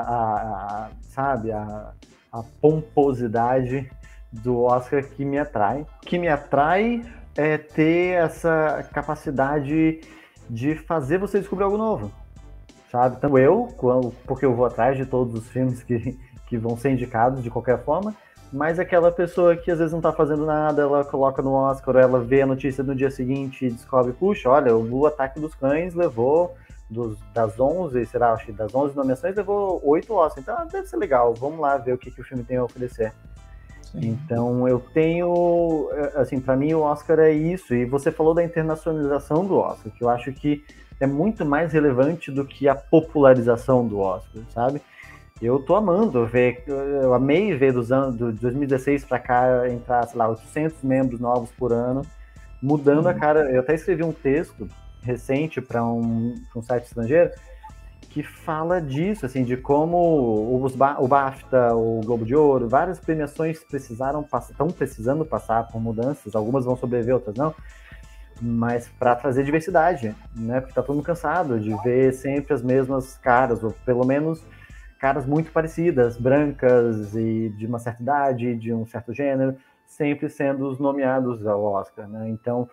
sabe, a pomposidade do Oscar que me atrai. O que me atrai é ter essa capacidade de fazer você descobrir algo novo, sabe? Então porque eu vou atrás de todos os filmes que vão ser indicados de qualquer forma, mas aquela pessoa que às vezes não tá fazendo nada, ela coloca no Oscar, ela vê a notícia no dia seguinte e descobre, puxa, olha, o Ataque dos Cães levou das 11, será, acho que das 11 nomeações, levou 8 Oscars, então deve ser legal, vamos lá ver o que o filme tem a oferecer. Então eu tenho, assim, para mim o Oscar é isso, e você falou da internacionalização do Oscar, que eu acho que é muito mais relevante do que a popularização do Oscar, sabe? Eu tô amando ver, eu amei ver dos anos, de 2016 para cá, entrar, sei lá, 800 membros novos por ano, mudando a cara. Eu até escrevi um texto recente para um site estrangeiro, que fala disso, assim, de como o BAFTA, o Globo de Ouro, várias premiações estão precisando passar por mudanças, algumas vão sobreviver, outras não, mas para trazer diversidade, né? Porque tá todo mundo cansado de ver sempre as mesmas caras, ou pelo menos caras muito parecidas, brancas e de uma certa idade, de um certo gênero, sempre sendo os nomeados ao Oscar, né? Então,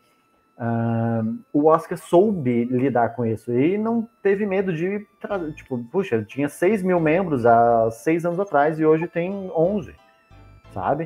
o Oscar soube lidar com isso e não teve medo de, tipo, puxa, tinha 6 mil membros há 6 anos atrás e hoje tem 11, sabe?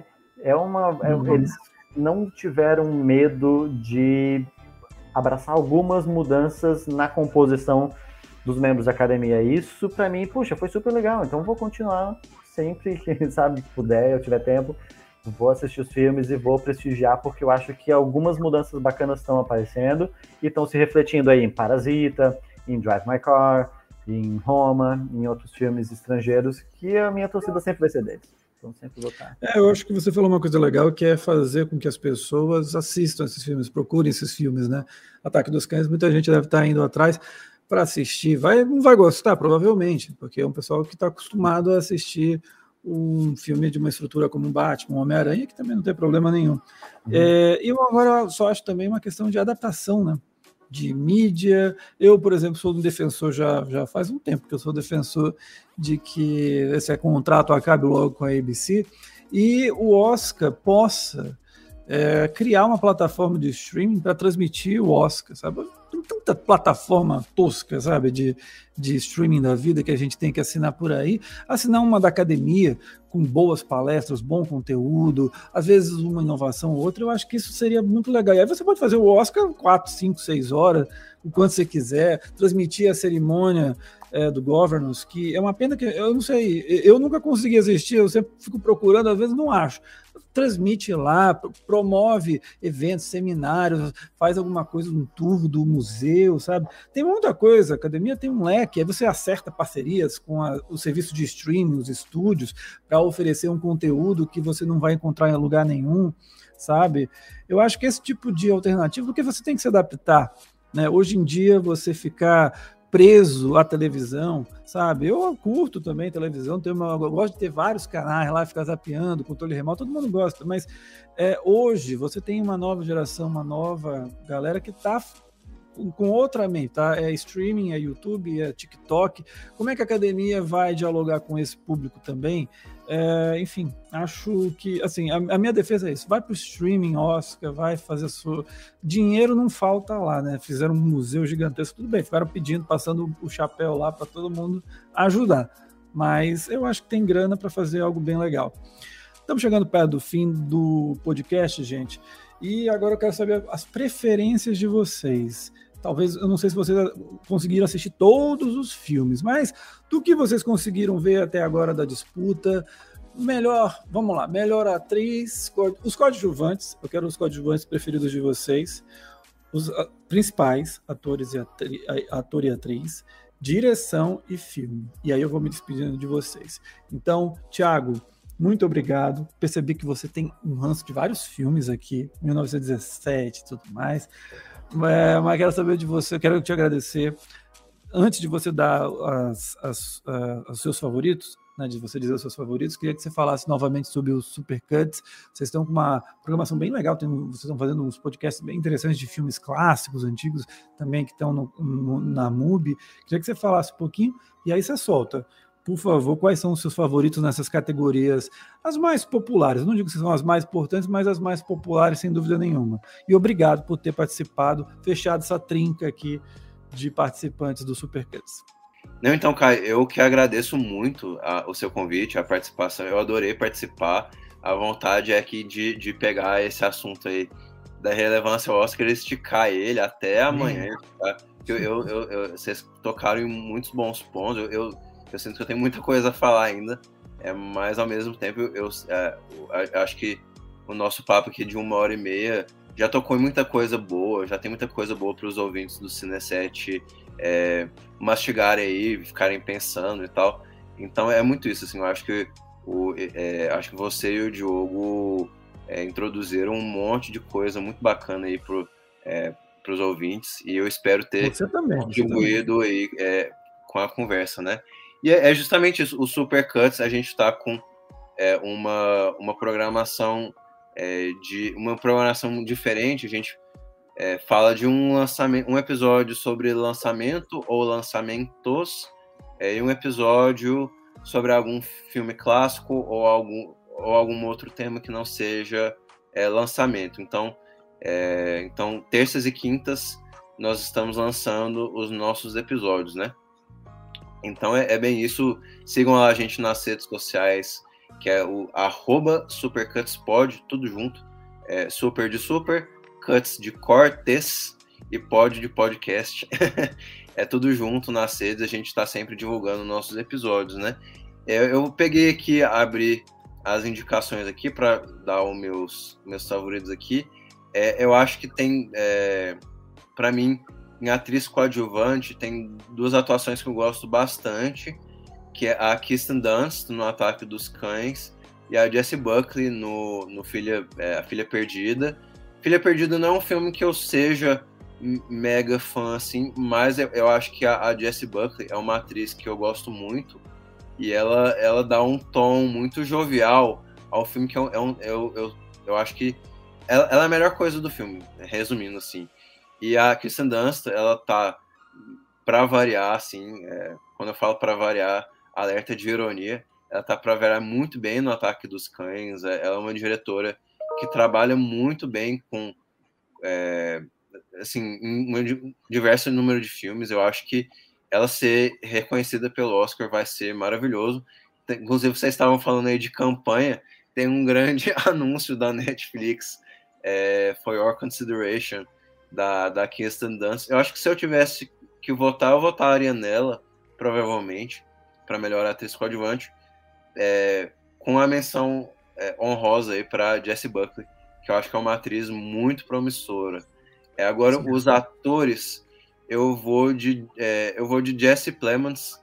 Eles não tiveram medo de abraçar algumas mudanças na composição dos membros da academia. Isso, para mim, puxa, foi super legal. Então, vou continuar sempre que, sabe, puder, eu tiver tempo, vou assistir os filmes e vou prestigiar, porque eu acho que algumas mudanças bacanas estão aparecendo e estão se refletindo aí em Parasita, em Drive My Car, em Roma, em outros filmes estrangeiros, que a minha torcida sempre vai ser deles. Então sempre votar. Eu acho que você falou uma coisa legal, que é fazer com que as pessoas assistam esses filmes, procurem esses filmes, né? Ataque dos Cães, muita gente deve estar indo atrás para assistir. Não vai gostar, provavelmente, porque é um pessoal que está acostumado a assistir um filme de uma estrutura como Batman, Homem-Aranha, que também não tem problema nenhum. E eu agora só acho também uma questão de adaptação, né? De mídia. Eu, por exemplo, sou um defensor, já faz um tempo que eu sou defensor de que esse contrato acabe logo com a ABC e o Oscar possa criar uma plataforma de streaming para transmitir o Oscar, sabe? Tem tanta plataforma tosca, sabe, de streaming da vida que a gente tem que assinar por aí. Assinar uma da academia com boas palestras, bom conteúdo, às vezes uma inovação ou outra, eu acho que isso seria muito legal. E aí você pode fazer o Oscar 4, 5, 6 horas, o quanto você quiser, transmitir a cerimônia do Governors, que é uma pena que, eu não sei, eu nunca consegui assistir, eu sempre fico procurando, às vezes não acho. Transmite lá, promove eventos, seminários, faz alguma coisa no tour do museu, sabe? Tem muita coisa, a academia tem um leque, aí você acerta parcerias com o serviço de streaming, os estúdios, para oferecer um conteúdo que você não vai encontrar em lugar nenhum, sabe? Eu acho que esse tipo de alternativa, porque você tem que se adaptar, né? Hoje em dia, você ficar preso à televisão, sabe? Eu curto também televisão, eu gosto de ter vários canais lá, ficar zapeando, controle remoto, todo mundo gosta, mas hoje você tem uma nova geração, uma nova galera que está com outra mente, tá? É streaming, é YouTube, é TikTok. Como é que a academia vai dialogar com esse público também? Enfim, acho que, assim, a minha defesa é isso. Vai para o streaming, Oscar, vai fazer sua... Dinheiro não falta lá, né? Fizeram um museu gigantesco, tudo bem, ficaram pedindo, passando o chapéu lá para todo mundo ajudar. Mas eu acho que tem grana para fazer algo bem legal. Estamos chegando perto do fim do podcast, gente. E agora eu quero saber as preferências de vocês. Talvez, eu não sei se vocês conseguiram assistir todos os filmes, mas do que vocês conseguiram ver até agora da disputa, vamos lá, melhor atriz, os coadjuvantes, eu quero os coadjuvantes preferidos de vocês, os principais, ator e atriz, direção e filme. E aí eu vou me despedindo de vocês. Então, Thiago, muito obrigado. Percebi que você tem um ranço de vários filmes aqui, 1917 e tudo mais. Mas quero saber de você, quero te agradecer. Antes de você dar os seus favoritos, né, de você dizer os seus favoritos, queria que você falasse novamente sobre os Supercuts. Vocês estão com uma programação bem legal, vocês estão fazendo uns podcasts bem interessantes de filmes clássicos, antigos, também que estão na MUBI. Queria que você falasse um pouquinho, e aí você solta. Por favor, quais são os seus favoritos nessas categorias, as mais populares? Eu não digo que são as mais importantes, mas as mais populares, sem dúvida nenhuma. E obrigado por ter participado, fechado essa trinca aqui de participantes do Supercuts. Não, então, Caio, eu que agradeço muito o seu convite, a participação. Eu adorei participar. A vontade é aqui de pegar esse assunto aí da relevância ao Oscar e esticar ele até amanhã. Tá? Vocês tocaram em muitos bons pontos. Eu sinto que eu tenho muita coisa a falar ainda, mas ao mesmo tempo eu acho que o nosso papo aqui de 1h30 já tocou em muita coisa boa, já tem muita coisa boa para os ouvintes do Cine7 mastigarem aí, ficarem pensando e tal. Então é muito isso, assim, eu acho que acho que você e o Diogo introduziram um monte de coisa muito bacana aí para os ouvintes, e eu espero ter contribuído aí com a conversa, né? E é justamente isso, o Supercuts, a gente está com uma programação uma programação diferente. A gente fala de um episódio sobre lançamento ou lançamentos, e um episódio sobre algum filme clássico ou algum outro tema que não seja lançamento. Então, terças e quintas nós estamos lançando os nossos episódios, né? Então é bem isso. Sigam a gente nas redes sociais, que é o @supercutspod, tudo junto. Super de super, cuts de cortes e pod de podcast. É tudo junto nas redes, a gente está sempre divulgando nossos episódios, né? Eu peguei aqui, abri as indicações aqui para dar os meus favoritos aqui. Eu acho que tem, para mim, em atriz coadjuvante, tem duas atuações que eu gosto bastante, que é a Kirsten Dunst, no Ataque dos Cães, e a Jessie Buckley no A Filha Perdida. Filha Perdida não é um filme que eu seja mega fã, assim, mas eu acho que a Jessie Buckley é uma atriz que eu gosto muito, e ela dá um tom muito jovial ao filme, que eu acho que ela é a melhor coisa do filme, resumindo, assim. E a Kirsten Dunst, ela tá, pra variar, assim, quando eu falo pra variar, alerta de ironia, ela tá pra variar muito bem no Ataque dos Cães. Ela é uma diretora que trabalha muito bem com, assim, um diverso número de filmes. Eu acho que ela ser reconhecida pelo Oscar vai ser maravilhoso. Inclusive, vocês estavam falando aí de campanha, tem um grande anúncio da Netflix, For Your Consideration, da Kirsten Dunst. Eu acho que se eu tivesse que votar, eu votaria nela, provavelmente, para melhor atriz coadjuvante, com a menção honrosa aí para Jessie Buckley, que eu acho que é uma atriz muito promissora. Agora, sim, os atores, eu vou de Jesse Plemons,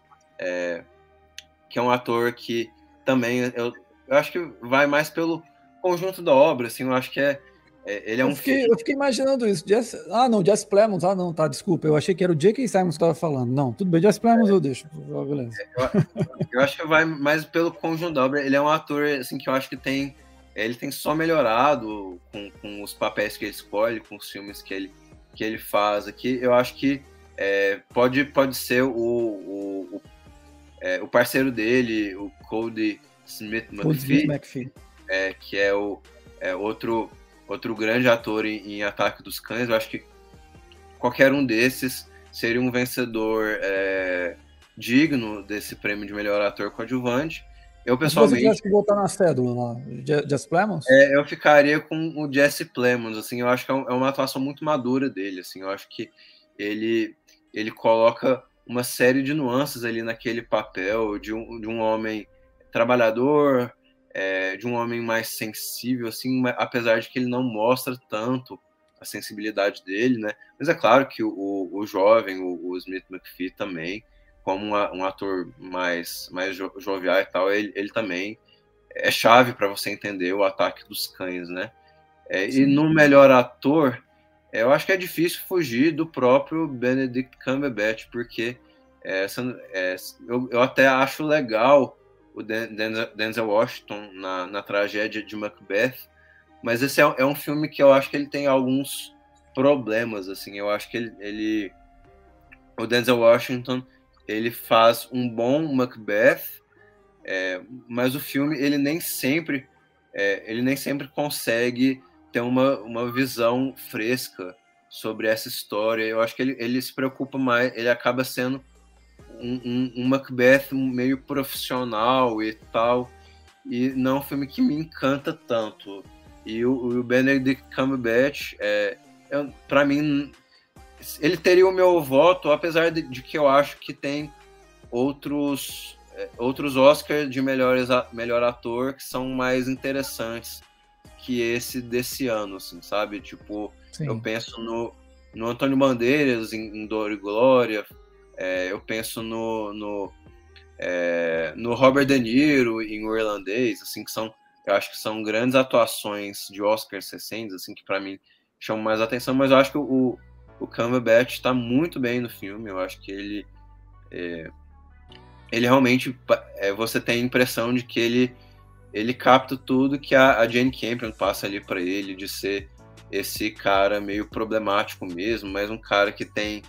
que é um ator que também eu acho que vai mais pelo conjunto da obra, assim. Eu acho que ele é eu fiquei imaginando isso. Jesse Plemons. Tá, desculpa. Eu achei que era o J.K. Simons que estava falando. Não, tudo bem, Jesse Plemons eu deixo. Beleza. Eu acho que vai mais pelo conjunto da obra. Ele é um ator, assim, que eu acho que ele tem só melhorado com os papéis que ele escolhe, com os filmes que que ele faz aqui, eu acho que pode ser o parceiro dele, o Cody Smith McPhee, que é outro grande ator em Ataque dos Cães. Eu acho que qualquer um desses seria um vencedor digno desse prêmio de melhor ator coadjuvante. Eu, pessoalmente, se você tivesse que botar na cédula lá, Jesse Plemons? Eu ficaria com o Jesse Plemons, assim, eu acho que é uma atuação muito madura dele, assim, eu acho que ele coloca uma série de nuances ali naquele papel de um homem trabalhador, de um homem mais sensível, assim, apesar de que ele não mostra tanto a sensibilidade dele, né? Mas é claro que o jovem, o Smith McPhee também, como um ator mais jovial e tal, ele também é chave para você entender o Ataque dos Cães, né? E no melhor ator, eu acho que é difícil fugir do próprio Benedict Cumberbatch, porque eu até acho legal o Denzel Washington na tragédia de Macbeth, mas esse é um filme que eu acho que ele tem alguns problemas, assim. Eu acho que o Denzel Washington, ele faz um bom Macbeth, mas o filme ele nem sempre consegue ter uma visão fresca sobre essa história. Eu acho que ele se preocupa mais, ele acaba sendo um Macbeth meio profissional e tal, e não é um filme que me encanta tanto. E o Benedict Cumberbatch, para mim, ele teria o meu voto, apesar de que eu acho que tem outros Oscars de melhor ator que são mais interessantes que esse desse ano, assim, sabe? Tipo, sim. Eu penso no Antônio Bandeiras em Dor e Glória, eu penso no Robert De Niro em O Irlandês, assim, eu acho que são grandes atuações de Oscars recentes, assim, que para mim chamam mais atenção, mas eu acho que o Cumberbatch está muito bem no filme. Eu acho que ele realmente, você tem a impressão de que ele capta tudo que a Jane Campion passa ali para ele, de ser esse cara meio problemático mesmo, mas um cara que tem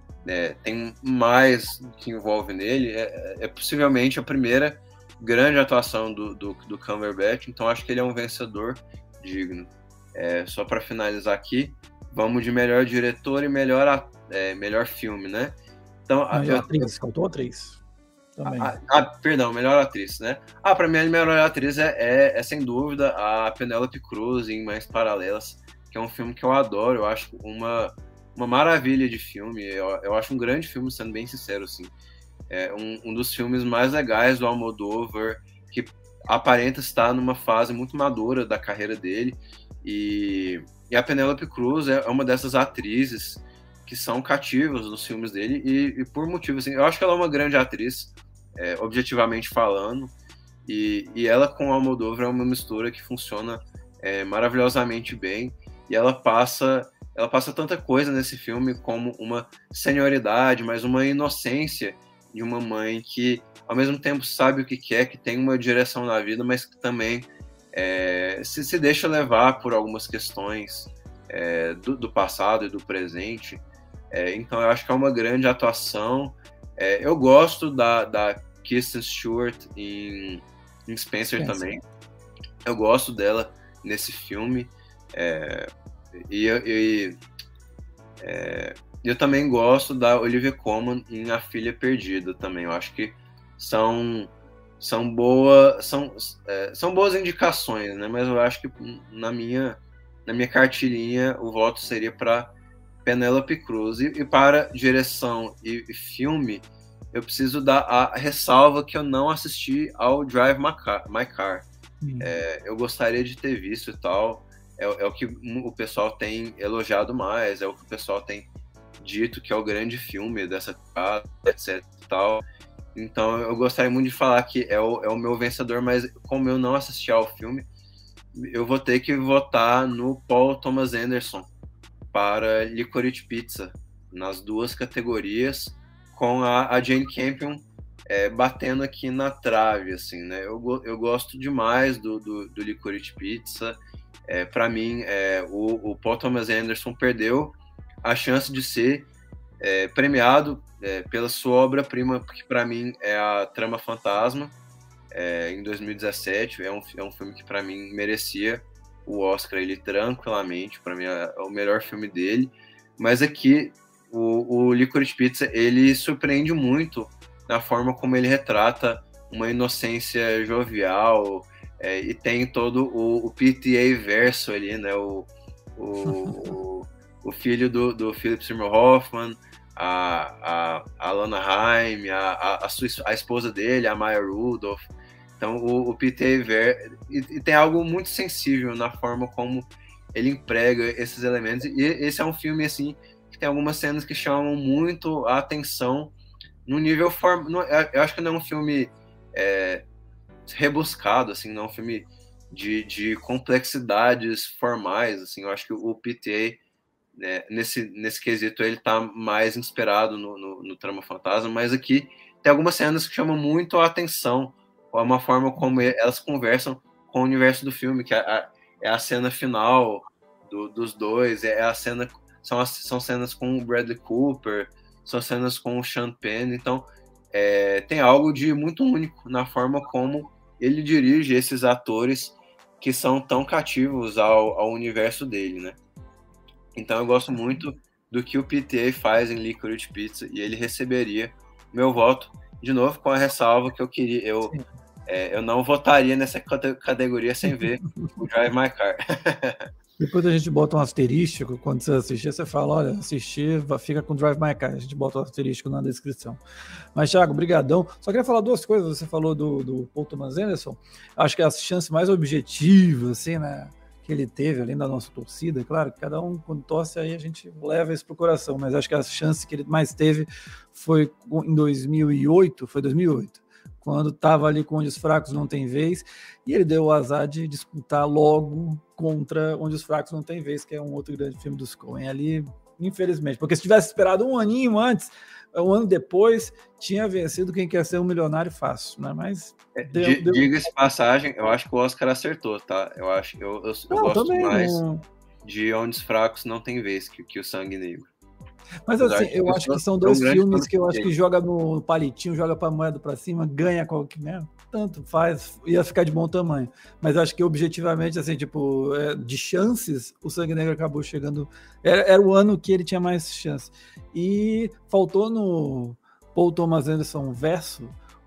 mais que envolve nele. É possivelmente a primeira grande atuação do Cumberbatch, então acho que ele é um vencedor digno. Só para finalizar aqui, vamos de melhor diretor e melhor filme, né? Então, atriz, faltou atriz. Perdão, melhor atriz, né? Para mim, a melhor atriz é sem dúvida a Penélope Cruz em Mães Paralelas, que é um filme que eu adoro. Eu acho uma maravilha de filme. Eu acho um grande filme, sendo bem sincero, assim. É um dos filmes mais legais do Almodóvar, que aparenta estar numa fase muito madura da carreira dele. E a Penélope Cruz é uma dessas atrizes que são cativas nos filmes dele, e por motivos assim, eu acho que ela é uma grande atriz, objetivamente falando, e ela com o Almodóvar é uma mistura que funciona maravilhosamente bem, e ela passa tanta coisa nesse filme, como uma senioridade, mas uma inocência de uma mãe que ao mesmo tempo sabe o que quer, que tem uma direção na vida, mas que também se deixa levar por algumas questões do passado e do presente. Então eu acho que é uma grande atuação. Eu gosto da Kristen Stewart em Spencer também. Eu gosto dela nesse filme. Eu também gosto da Olivia Colman em A Filha Perdida também. Eu acho que são boas indicações, né? Mas eu acho que na minha cartilhinha o voto seria para Penélope Cruz. E para direção e filme, eu preciso dar a ressalva que eu não assisti ao Drive My Car. Eu gostaria de ter visto e tal. É o que o pessoal tem elogiado mais, é o que o pessoal tem dito que é o grande filme dessa casa, etc e tal. Então eu gostaria muito de falar que é o meu vencedor, mas como eu não assisti ao filme, eu vou ter que votar no Paul Thomas Anderson para Licorice Pizza, nas duas categorias, com a Jane Campion batendo aqui na trave, assim, né? Eu gosto demais do Licorice Pizza. Para mim, o Paul Thomas Anderson perdeu a chance de ser premiado pela sua obra-prima, que para mim é a Trama Fantasma, em 2017. É um filme que para mim merecia o Oscar, ele tranquilamente, para mim é o melhor filme dele, mas aqui o Licorice Pizza, ele surpreende muito na forma como ele retrata uma inocência jovial, e tem todo o PTA verso ali, né, o filho do Philip Seymour Hoffman, a Alana Haim, a esposa dele, a Maya Rudolph. Então o PTA verso, e tem algo muito sensível na forma como ele emprega esses elementos, e esse é um filme assim que tem algumas cenas que chamam muito a atenção no nível eu acho que não é um filme rebuscado, assim, não é um filme de complexidades formais, assim. Eu acho que o PTA, né, nesse quesito, ele tá mais inspirado no Trama Fantasma, mas aqui tem algumas cenas que chamam muito a atenção, uma forma como elas conversam com o universo do filme, que é a cena final dos dois, são cenas com o Bradley Cooper, são cenas com o Sean Penn. Então tem algo de muito único na forma como ele dirige esses atores que são tão cativos ao universo dele, né? Então eu gosto muito do que o PTA faz em Licorice Pizza, e ele receberia meu voto, de novo, com a ressalva que eu não votaria nessa categoria sem ver o Drive My Car. Depois a gente bota um asterístico, quando você assistir, você fala, olha, assistir, fica com Drive My Car, a gente bota um asterístico na descrição. Mas, Thiago, brigadão. Só queria falar duas coisas, você falou do Paul Thomas Anderson, acho que a chance mais objetiva, assim, né, que ele teve, além da nossa torcida, claro, que cada um, quando torce, aí a gente leva isso pro coração, mas acho que a chance que ele mais teve foi em 2008, quando estava ali com Onde os Fracos Não Têm Vez, e ele deu o azar de disputar logo contra Onde os Fracos Não Têm Vez, que é um outro grande filme dos Coen ali, infelizmente, porque se tivesse esperado um aninho antes, um ano depois, tinha vencido Quem Quer Ser um Milionário Fácil, né? Mas diga-se passagem, eu acho que o Oscar acertou, tá? Eu gosto também, mais de Onde os Fracos Não Têm Vez que o Sangue Negro. Mas assim, eu acho que são dois filmes que eu acho que joga no palitinho, joga pra moeda pra cima, ganha qualquer, né? Tanto faz, ia ficar de bom tamanho. Mas acho que objetivamente, assim, tipo, de chances, o Sangue Negro acabou chegando. Era o ano que ele tinha mais chance. E faltou no Paul Thomas Anderson verso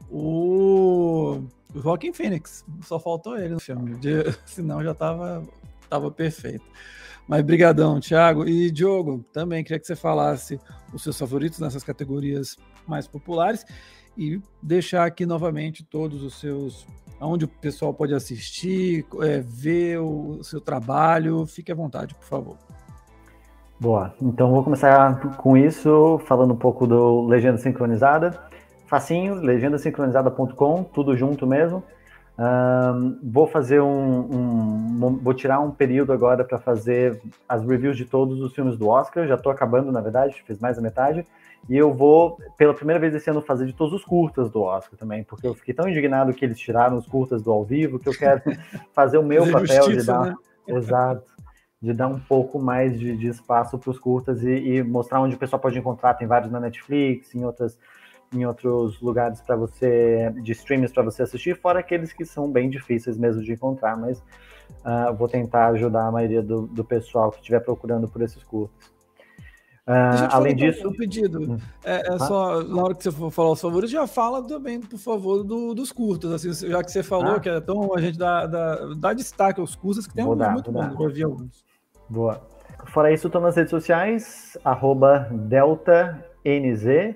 o Joaquin Phoenix. Só faltou ele no filme. Senão já tava perfeito. Mas brigadão, Thiago. E Diogo, também queria que você falasse os seus favoritos nessas categorias mais populares e deixar aqui novamente todos os seus, onde o pessoal pode assistir, ver o seu trabalho. Fique à vontade, por favor. Boa, então vou começar com isso, falando um pouco do Legenda Sincronizada. Facinho, legendasincronizada.com, tudo junto mesmo. Vou fazer vou tirar um período agora para fazer as reviews de todos os filmes do Oscar. Já estou acabando, na verdade, fiz mais da metade. E eu vou, pela primeira vez esse ano, fazer de todos os curtas do Oscar também, porque eu fiquei tão indignado que eles tiraram os curtas do ao vivo, que eu quero fazer o meu papel de dar, né? Exato, de dar um pouco mais de espaço para os curtas e mostrar onde o pessoal pode encontrar. Tem vários na Netflix, em outros lugares para você, de streams para você assistir, fora aqueles que são bem difíceis mesmo de encontrar, mas vou tentar ajudar a maioria do pessoal que estiver procurando por esses cursos. Além disso, um pedido. Só na hora que você for falar os favoritos, já fala também, por favor, dos curtas. Assim, já que você falou que é tão, a gente dá destaque aos curtas, que tem alguns muito bons. Eu vi alguns. Boa. Fora isso, estou nas redes sociais, @DeltaNZ.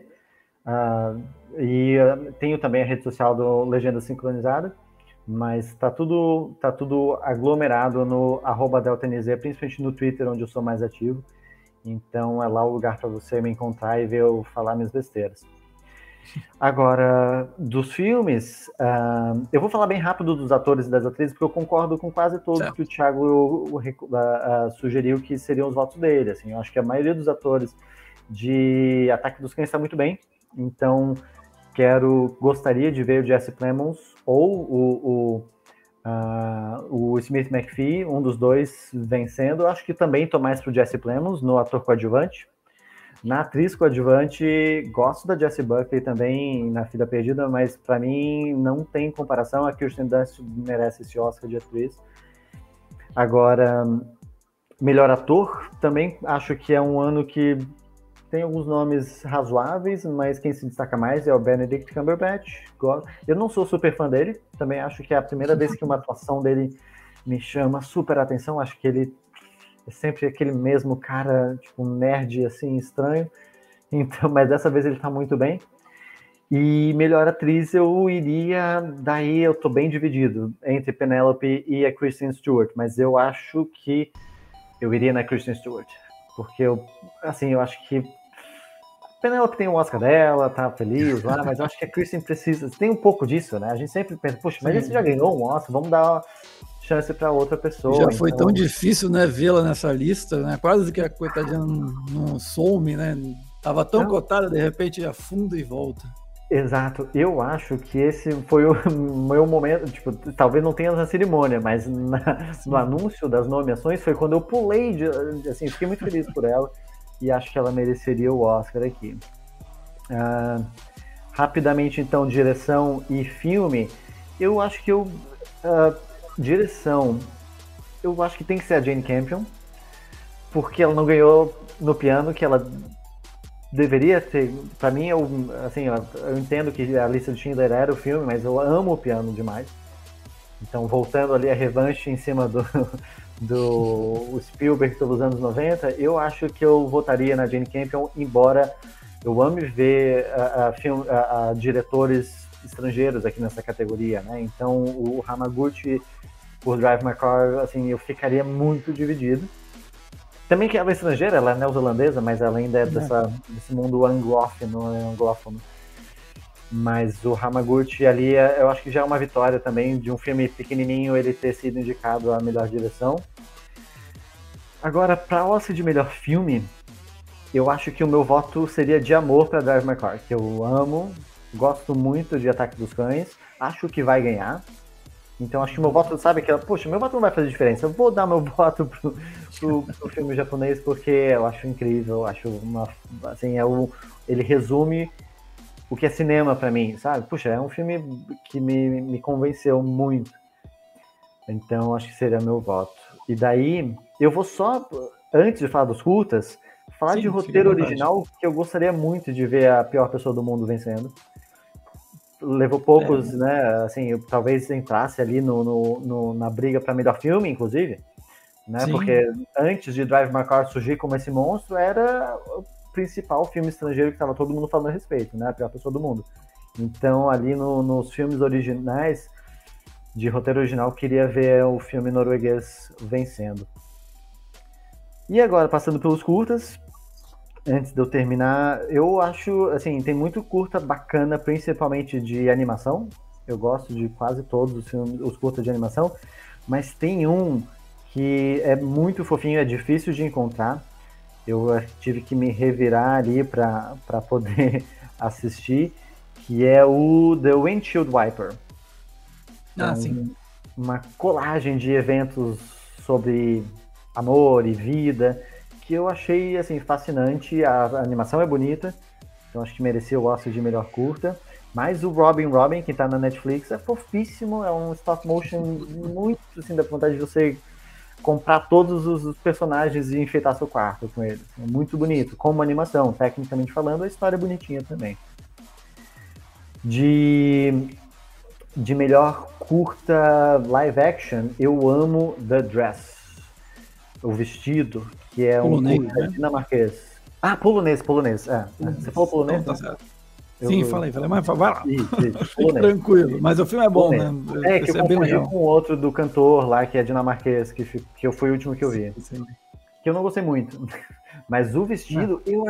E tenho também a rede social do Legenda Sincronizada, mas tá tudo aglomerado no @DeltaNZ, principalmente no Twitter, onde eu sou mais ativo. Então é lá o lugar para você me encontrar e ver eu falar minhas besteiras. Agora, dos filmes, eu vou falar bem rápido dos atores e das atrizes, porque eu concordo com quase todos que o Thiago sugeriu que seriam os votos dele. Assim, eu acho que a maioria dos atores de Ataque dos Cães está muito bem. Então, gostaria de ver o Jesse Plemons ou o o Smith McPhee, um dos dois vencendo. Acho que também estou mais pro Jesse Plemons, no ator coadjuvante. Na atriz coadjuvante, gosto da Jessie Buckley também, na Filha Perdida, mas para mim não tem comparação. A Kirsten Dunst merece esse Oscar de atriz. Agora, melhor ator, também acho que é um ano que tem alguns nomes razoáveis, mas quem se destaca mais é o Benedict Cumberbatch. Eu não sou super fã dele, também acho que é a primeira vez que uma atuação dele me chama super atenção. Acho que ele é sempre aquele mesmo cara, tipo, um nerd, assim, estranho. Então, mas dessa vez ele tá muito bem. E melhor atriz eu iria... Daí eu tô bem dividido entre Penélope e a Kristen Stewart. Mas eu acho que eu iria na Kristen Stewart. Porque eu acho que a Penélope tem o Oscar dela, tá feliz lá, mas eu acho que a Kristen precisa... Tem um pouco disso, né? A gente sempre pensa, poxa, mas esse já ganhou um Oscar, vamos dar chance para outra pessoa. Já foi tão difícil, né, vê-la nessa lista, né? Quase que a coitadinha não some, né? Tava tão cotada, de repente afunda e volta. Exato. Eu acho que esse foi o meu momento, tipo, talvez não tenha na cerimônia, mas no anúncio das nomeações foi quando eu pulei, assim, fiquei muito feliz por ela e acho que ela mereceria o Oscar aqui. Rapidamente, então, direção e filme. Eu acho que direção, eu acho que tem que ser a Jane Campion, porque ela não ganhou no piano, que ela deveria ter. Pra mim, eu entendo que a Lista de Schindler era o filme, mas eu amo o piano demais. Então, voltando ali a revanche em cima do Spielberg pelos anos 90, eu acho que eu votaria na Jane Campion, embora eu ame ver a diretores estrangeiros aqui nessa categoria, né? Então, o Hamaguchi por Drive My Car, assim, eu ficaria muito dividido. Também que ela é estrangeira, ela é neozelandesa, mas ela ainda é desse mundo anglófono. Mas o Hamaguchi ali, eu acho que já é uma vitória também de um filme pequenininho ele ter sido indicado a melhor direção. Agora, para Oscar de melhor filme, eu acho que o meu voto seria de amor para Drive My Car, que eu amo, gosto muito de Ataque dos Cães, acho que vai ganhar. Então acho que meu voto, sabe, meu voto não vai fazer diferença. Eu vou dar meu voto pro filme japonês porque eu acho incrível, acho ele resume o que é cinema pra mim, sabe? Puxa, é um filme que me convenceu muito. Então acho que seria meu voto. E daí, eu vou só, antes de falar dos curtas, falar de roteiro original, que eu gostaria muito de ver A Pior Pessoa do Mundo vencendo. Levou poucos, né? Assim, eu talvez entrasse ali na briga para melhor filme, inclusive, né? Sim. Porque antes de Drive My Car surgir como esse monstro, era o principal filme estrangeiro que estava todo mundo falando a respeito, né? A Pior Pessoa do Mundo. Então, ali nos filmes originais, de roteiro original, queria ver o filme norueguês vencendo. E agora, passando pelos curtas, antes de eu terminar, eu acho, assim, tem muito curta bacana, principalmente de animação. Eu gosto de quase todos os filmes, os curtas de animação, mas tem um que é muito fofinho, é difícil de encontrar. Eu tive que me revirar ali para poder assistir, que é o The Windshield Wiper. Sim. Uma colagem de eventos sobre amor e vida, que eu achei, assim, fascinante. A animação é bonita, então acho que merecia o Oscar de melhor curta. Mas o Robin, que tá na Netflix, é fofíssimo, é um stop motion muito, assim, dá vontade de você comprar todos os personagens e enfeitar seu quarto com eles. É muito bonito, como animação, tecnicamente falando, a história é bonitinha também. De melhor curta live action, eu amo The Dress, o vestido, que é polonês, um curta dinamarquês. Polonês. Você falou polonês? Não, tá certo. Sim, falei, mas vai lá. Isso, tranquilo, mas o filme é bom, polonês, né? Que eu confundi com outro do cantor lá, que é dinamarquês, que foi o último que eu vi. Sim. Que eu não gostei muito. Mas o vestido, eu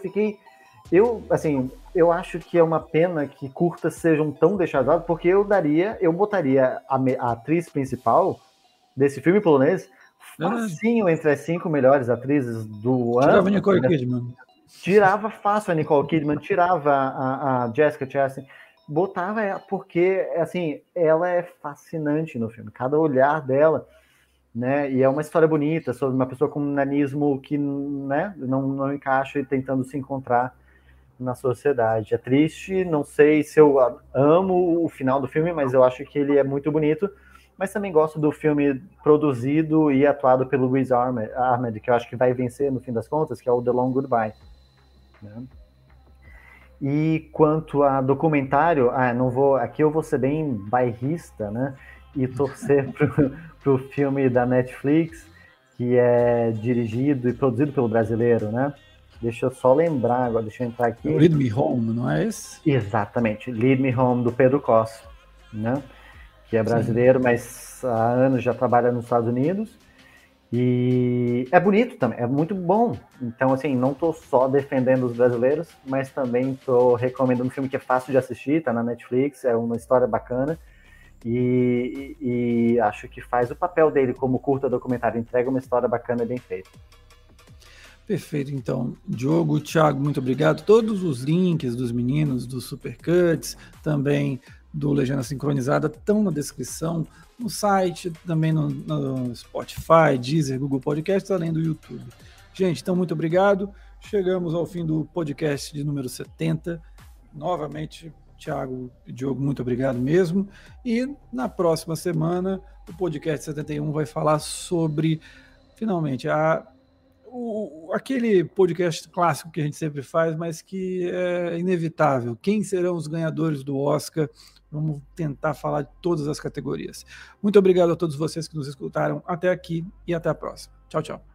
acho que é uma pena que curtas sejam tão deixadas, porque eu botaria a atriz principal desse filme polonês facinho entre as 5 melhores atrizes do ano. Tirava a Nicole Kidman. Tirava fácil a Nicole Kidman, tirava a Jessica Chastain. botava ela, porque, assim, ela é fascinante no filme, cada olhar dela, né, e é uma história bonita sobre uma pessoa com um nanismo que, né, não encaixa e tentando se encontrar na sociedade. É triste, não sei se eu amo o final do filme, mas eu acho que ele é muito bonito, mas também gosto do filme produzido e atuado pelo Riz Ahmed, que eu acho que vai vencer no fim das contas, que é o The Long Goodbye, né? E quanto a documentário, aqui eu vou ser bem bairrista, né? E torcer pro filme da Netflix, que é dirigido e produzido pelo brasileiro, né? Deixa eu só lembrar agora, deixa eu entrar aqui. Lead Me Home, não é esse? Exatamente, Lead Me Home, do Pedro Costa, né? Que é brasileiro, sim, mas há anos já trabalha nos Estados Unidos. E é bonito também, é muito bom. Então, assim, não tô só defendendo os brasileiros, mas também tô recomendando um filme que é fácil de assistir, tá na Netflix, é uma história bacana. E acho que faz o papel dele como curta documentário, entrega uma história bacana e bem feita. Perfeito, então, Diogo, Thiago, muito obrigado. Todos os links dos meninos do Supercuts, também do Legenda Sincronizada, estão na descrição, no site, também no Spotify, Deezer, Google Podcasts, além do YouTube. Gente, então, muito obrigado. Chegamos ao fim do podcast de número 70. Novamente, Thiago e Diogo, muito obrigado mesmo. E na próxima semana, o podcast 71 vai falar sobre, finalmente, aquele podcast clássico que a gente sempre faz, mas que é inevitável. Quem serão os ganhadores do Oscar? Vamos tentar falar de todas as categorias. Muito obrigado a todos vocês que nos escutaram até aqui e até a próxima. Tchau, tchau.